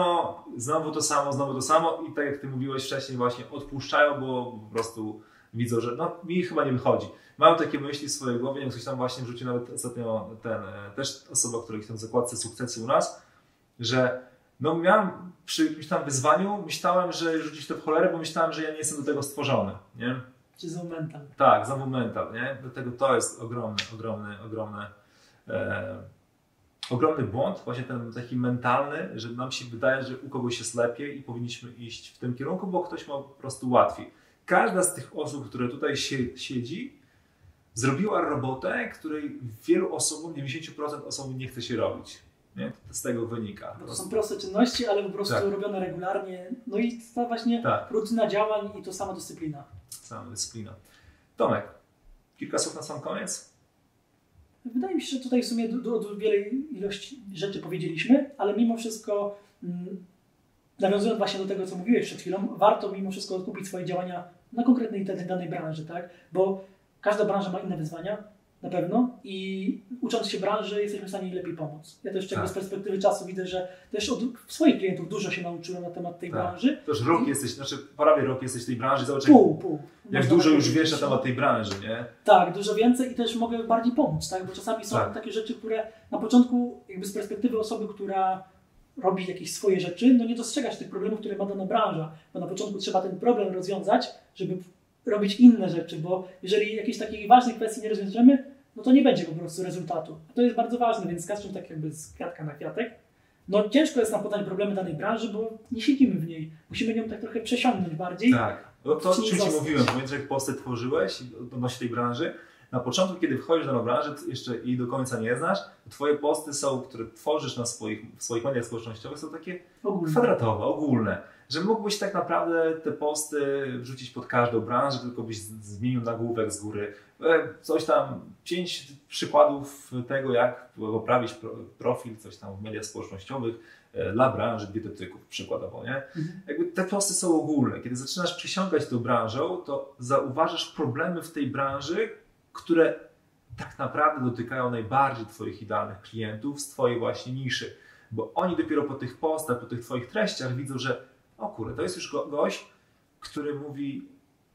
znowu to samo i tak jak ty mówiłeś wcześniej, właśnie odpuszczają, bo po prostu widzą, że mi chyba nie wychodzi. Mają takie myśli w swojej głowie, jak ktoś tam właśnie wrzucił nawet ostatnio też osoba, która jest tam w zakładce sukcesu u nas, że miałem przy jakimś tam wyzwaniu, myślałem, że rzucić to w cholerę, bo myślałem, że ja nie jestem do tego stworzony, nie? Czy znowu mental. Tak, znowu mental, nie? Dlatego to jest ogromny błąd, właśnie ten taki mentalny, że nam się wydaje, że u kogoś jest lepiej i powinniśmy iść w tym kierunku, bo ktoś ma po prostu łatwiej. Każda z tych osób, które tutaj siedzi, zrobiła robotę, której wielu osobom, 90% osób nie chce się robić. Nie? To z tego wynika. Bo to są proste czynności, ale po prostu robione regularnie. No i ta właśnie rutyna działań i to sama dyscyplina. Sama dyscyplina. Tomek, kilka słów na sam koniec? Wydaje mi się, że tutaj w sumie wiele ilości rzeczy powiedzieliśmy, ale mimo wszystko, nawiązując właśnie do tego, co mówiłeś przed chwilą, warto mimo wszystko odkupić swoje działania na konkretnej danej branży, tak? Bo każda branża ma inne wyzwania, na pewno, i ucząc się branży jesteśmy w stanie jej lepiej pomóc. Ja też z perspektywy czasu widzę, że też od swoich klientów dużo się nauczyłem na temat tej branży. To już prawie rok jesteś w tej branży. Zobacz, pół. Jak dużo już wiesz na temat tej branży, nie? Tak, dużo więcej i też mogę bardziej pomóc, tak? Bo czasami są takie rzeczy, które na początku jakby z perspektywy osoby, która robi jakieś swoje rzeczy, nie dostrzegasz tych problemów, które ma dana branża, bo na początku trzeba ten problem rozwiązać, żeby robić inne rzeczy, bo jeżeli jakiejś takiej ważnej kwestii nie rozwiążemy, to nie będzie po prostu rezultatu. A to jest bardzo ważne, więc skaczmy tak jakby z kwiatka na kwiatek. no ciężko jest nam podać problemy danej branży, bo nie siedzimy w niej. Musimy nią tak trochę przesiągnąć bardziej. Tak, no to o czym Ci mówiłem, pamiętasz jak posty tworzyłeś odnośnie tej branży. Na początku, kiedy wchodzisz do daną branżę, jeszcze jej do końca nie znasz, to Twoje posty są, które tworzysz w swoich mediach społecznościowych, są takie kwadratowe, ogólne. Że mógłbyś tak naprawdę te posty wrzucić pod każdą branżę, tylko byś zmienił nagłówek z góry. Coś tam, 5 przykładów tego, jak poprawić profil, coś tam w mediach społecznościowych dla branży dietetyków, przykładowo, nie? Jakby te posty są ogólne. Kiedy zaczynasz przesiąkać tą branżą, to zauważasz problemy w tej branży, które tak naprawdę dotykają najbardziej Twoich idealnych klientów z Twojej właśnie niszy. Bo oni dopiero po tych postach, po tych Twoich treściach widzą, że o kurde, to jest już gość, który mówi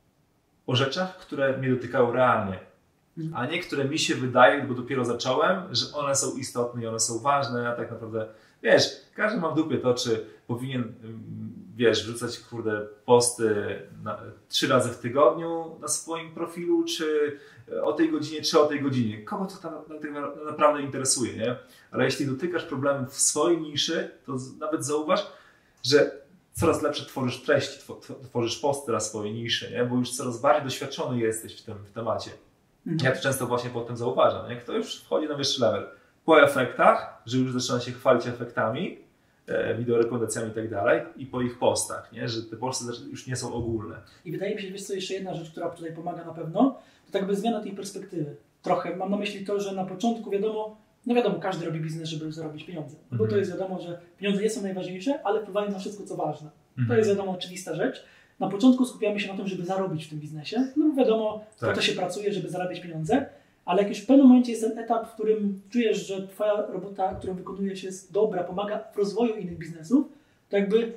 o rzeczach, które mnie dotykają realnie, a nie które mi się wydaje, bo dopiero zacząłem, że one są istotne i one są ważne, a tak naprawdę, wiesz, każdy ma w dupie to, czy powinien, wiesz, wrzucać kurde posty 3 razy w tygodniu na swoim profilu, czy o tej godzinie, czy o tej godzinie. Kogo to tam naprawdę interesuje, nie? Ale jeśli dotykasz problemów w swojej niszy, to nawet zauważ, że coraz lepsze tworzysz treści, tworzysz posty na swojej niszy, nie? Bo już coraz bardziej doświadczony jesteś w tym temacie. Ja to często właśnie po tym zauważam, nie? Kto już wchodzi na wyższy level. Po efektach, że już zaczyna się chwalić efektami, wideorekomendacjami i tak dalej, i po ich postach, nie? Że te posty już nie są ogólne. I wydaje mi się, wiesz co, jeszcze jedna rzecz, która tutaj pomaga na pewno, to tak by zmiana tej perspektywy. Trochę mam na myśli to, że na początku wiadomo, każdy robi biznes, żeby zarobić pieniądze. Bo to jest wiadomo, że pieniądze nie są najważniejsze, ale wpływają na wszystko, co ważne. To jest wiadomo oczywista rzecz. Na początku skupiamy się na tym, żeby zarobić w tym biznesie. No bo wiadomo, po to się pracuje, żeby zarabiać pieniądze. Ale jak już w pewnym momencie jest ten etap, w którym czujesz, że Twoja robota, którą wykonujesz, jest dobra, pomaga w rozwoju innych biznesów, to jakby,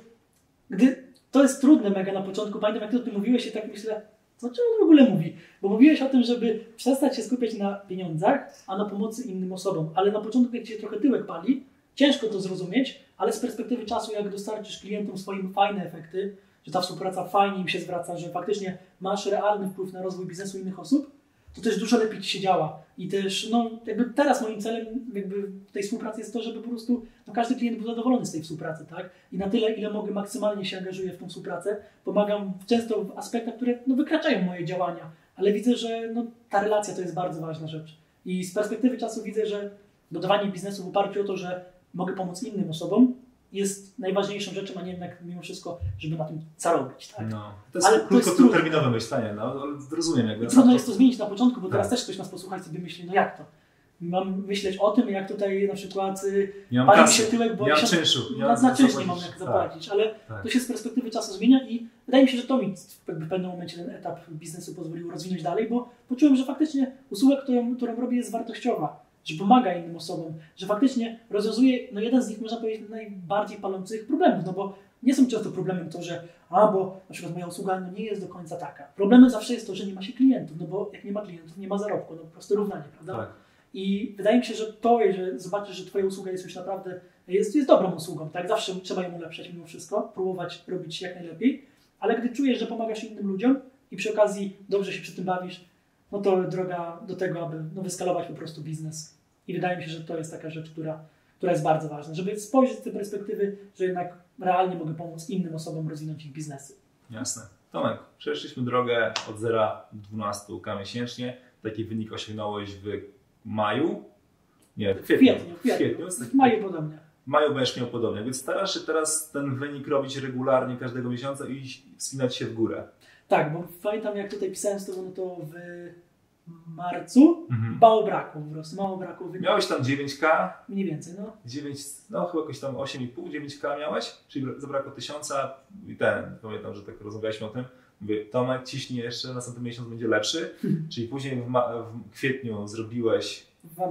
gdy to jest trudne mega na początku, pamiętam jak Ty o tym mówiłeś i tak myślę, o czym on w ogóle mówi? Bo mówiłeś o tym, żeby przestać się skupiać na pieniądzach, a na pomocy innym osobom. Ale na początku, jak Ci się trochę tyłek pali, ciężko to zrozumieć, ale z perspektywy czasu, jak dostarczysz klientom swoim fajne efekty, że ta współpraca fajnie im się zwraca, że faktycznie masz realny wpływ na rozwój biznesu innych osób, to też dużo lepiej Ci się działa. I też, jakby teraz moim celem jakby tej współpracy jest to, żeby po prostu każdy klient był zadowolony z tej współpracy, tak? I na tyle, ile mogę, maksymalnie się angażuję w tą współpracę. Pomagam często w aspektach, które wykraczają moje działania, ale widzę, że ta relacja to jest bardzo ważna rzecz. I z perspektywy czasu widzę, że budowanie biznesu w oparciu o to, że mogę pomóc innym osobom, jest najważniejszą rzeczą, a nie jednak mimo wszystko, żeby na tym zarobić. Tak? To jest krótkoterminowe myślenie, rozumiem. Jakby trudno jest to zmienić na początku, bo teraz też ktoś nas posłucha i sobie myśli, jak to? Mam myśleć o tym, jak tutaj na przykład pali mi się tyłek, bo na czynsz nie mam jak zapłacić, ale to się z perspektywy czasu zmienia i wydaje mi się, że to mi w pewnym momencie ten etap biznesu pozwolił rozwinąć dalej, bo poczułem, że faktycznie usługa, którą robię, jest wartościowa, że pomaga innym osobom, że faktycznie rozwiązuje jeden z nich, można powiedzieć, najbardziej palących problemów, bo nie są często problemem to, że bo na przykład moja usługa nie jest do końca taka. Problemem zawsze jest to, że nie ma się klientów, bo jak nie ma klientów, nie ma zarobku, po prostu równanie, prawda? Tak. I wydaje mi się, że że zobaczysz, że Twoja usługa jest już naprawdę, jest dobrą usługą, tak? Zawsze trzeba ją ulepszać mimo wszystko, próbować robić jak najlepiej, ale gdy czujesz, że pomagasz innym ludziom i przy okazji dobrze się przy tym bawisz, to droga do tego, aby wyskalować po prostu biznes. I wydaje mi się, że to jest taka rzecz, która jest bardzo ważna, żeby spojrzeć z tej perspektywy, że jednak realnie mogę pomóc innym osobom rozwinąć ich biznesy. Jasne. Tomek, przeszliśmy drogę od 0 do 12K miesięcznie. Taki wynik osiągnąłeś w maju? Nie, w kwietniu. W maju podobnie. W maju będziesz miał podobnie, więc starasz się teraz ten wynik robić regularnie każdego miesiąca i wspinać się w górę. Tak, bo pamiętam jak tutaj pisałem z tobą, to w marcu mało brakło po prostu, Miałeś tam 9K? Mniej więcej, 9, chyba jakoś tam 8,5, 9K miałeś, czyli zabrakło 1000 i pamiętam, że tak rozmawialiśmy o tym. Mówię, Tomek, ciśnij jeszcze, następny miesiąc będzie lepszy, czyli później w kwietniu zrobiłeś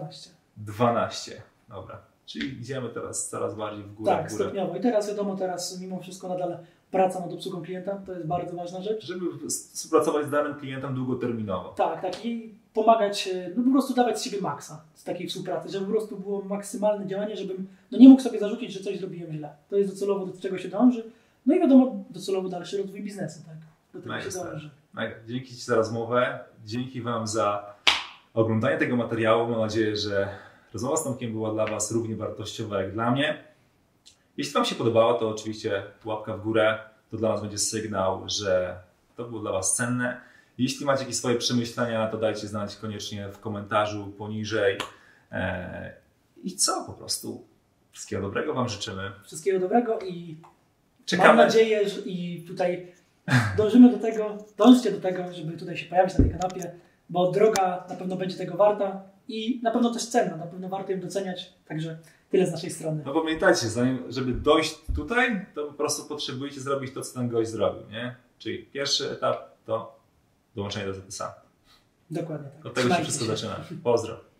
12. Dobra, czyli idziemy teraz coraz bardziej w górę. Tak, stopniowo. I teraz wiadomo, mimo wszystko nadal praca nad obsługą klienta, to jest bardzo ważna rzecz. Żeby współpracować z danym klientem długoterminowo. Tak, i pomagać, po prostu dawać z siebie maksa z takiej współpracy, żeby po prostu było maksymalne działanie, żebym nie mógł sobie zarzucić, że coś zrobiłem źle. To jest docelowo, do czego się dąży. I wiadomo, docelowo dalszy rozwój biznesu, tak? Do tego się dąży. Dzięki Ci za rozmowę, dzięki Wam za oglądanie tego materiału. Mam nadzieję, że rozmowa z Tomkiem była dla Was równie wartościowa jak dla mnie. Jeśli Wam się podobało, to oczywiście łapka w górę. To dla nas będzie sygnał, że to było dla Was cenne. Jeśli macie jakieś swoje przemyślenia, to dajcie znać koniecznie w komentarzu poniżej. I co po prostu? Wszystkiego dobrego Wam życzymy. Wszystkiego dobrego i czekamy. Mam nadzieję, że i tutaj dążcie do tego, żeby tutaj się pojawić na tej kanapie, bo droga na pewno będzie tego warta i na pewno też cenna, na pewno warto ją doceniać, także tyle z naszej strony. No pamiętajcie, żeby dojść tutaj, to po prostu potrzebujecie zrobić to, co ten gość zrobił, nie? Czyli pierwszy etap to dołączenie do ZSA. Dokładnie tak. Od tego się wszystko zaczyna. Pozdro.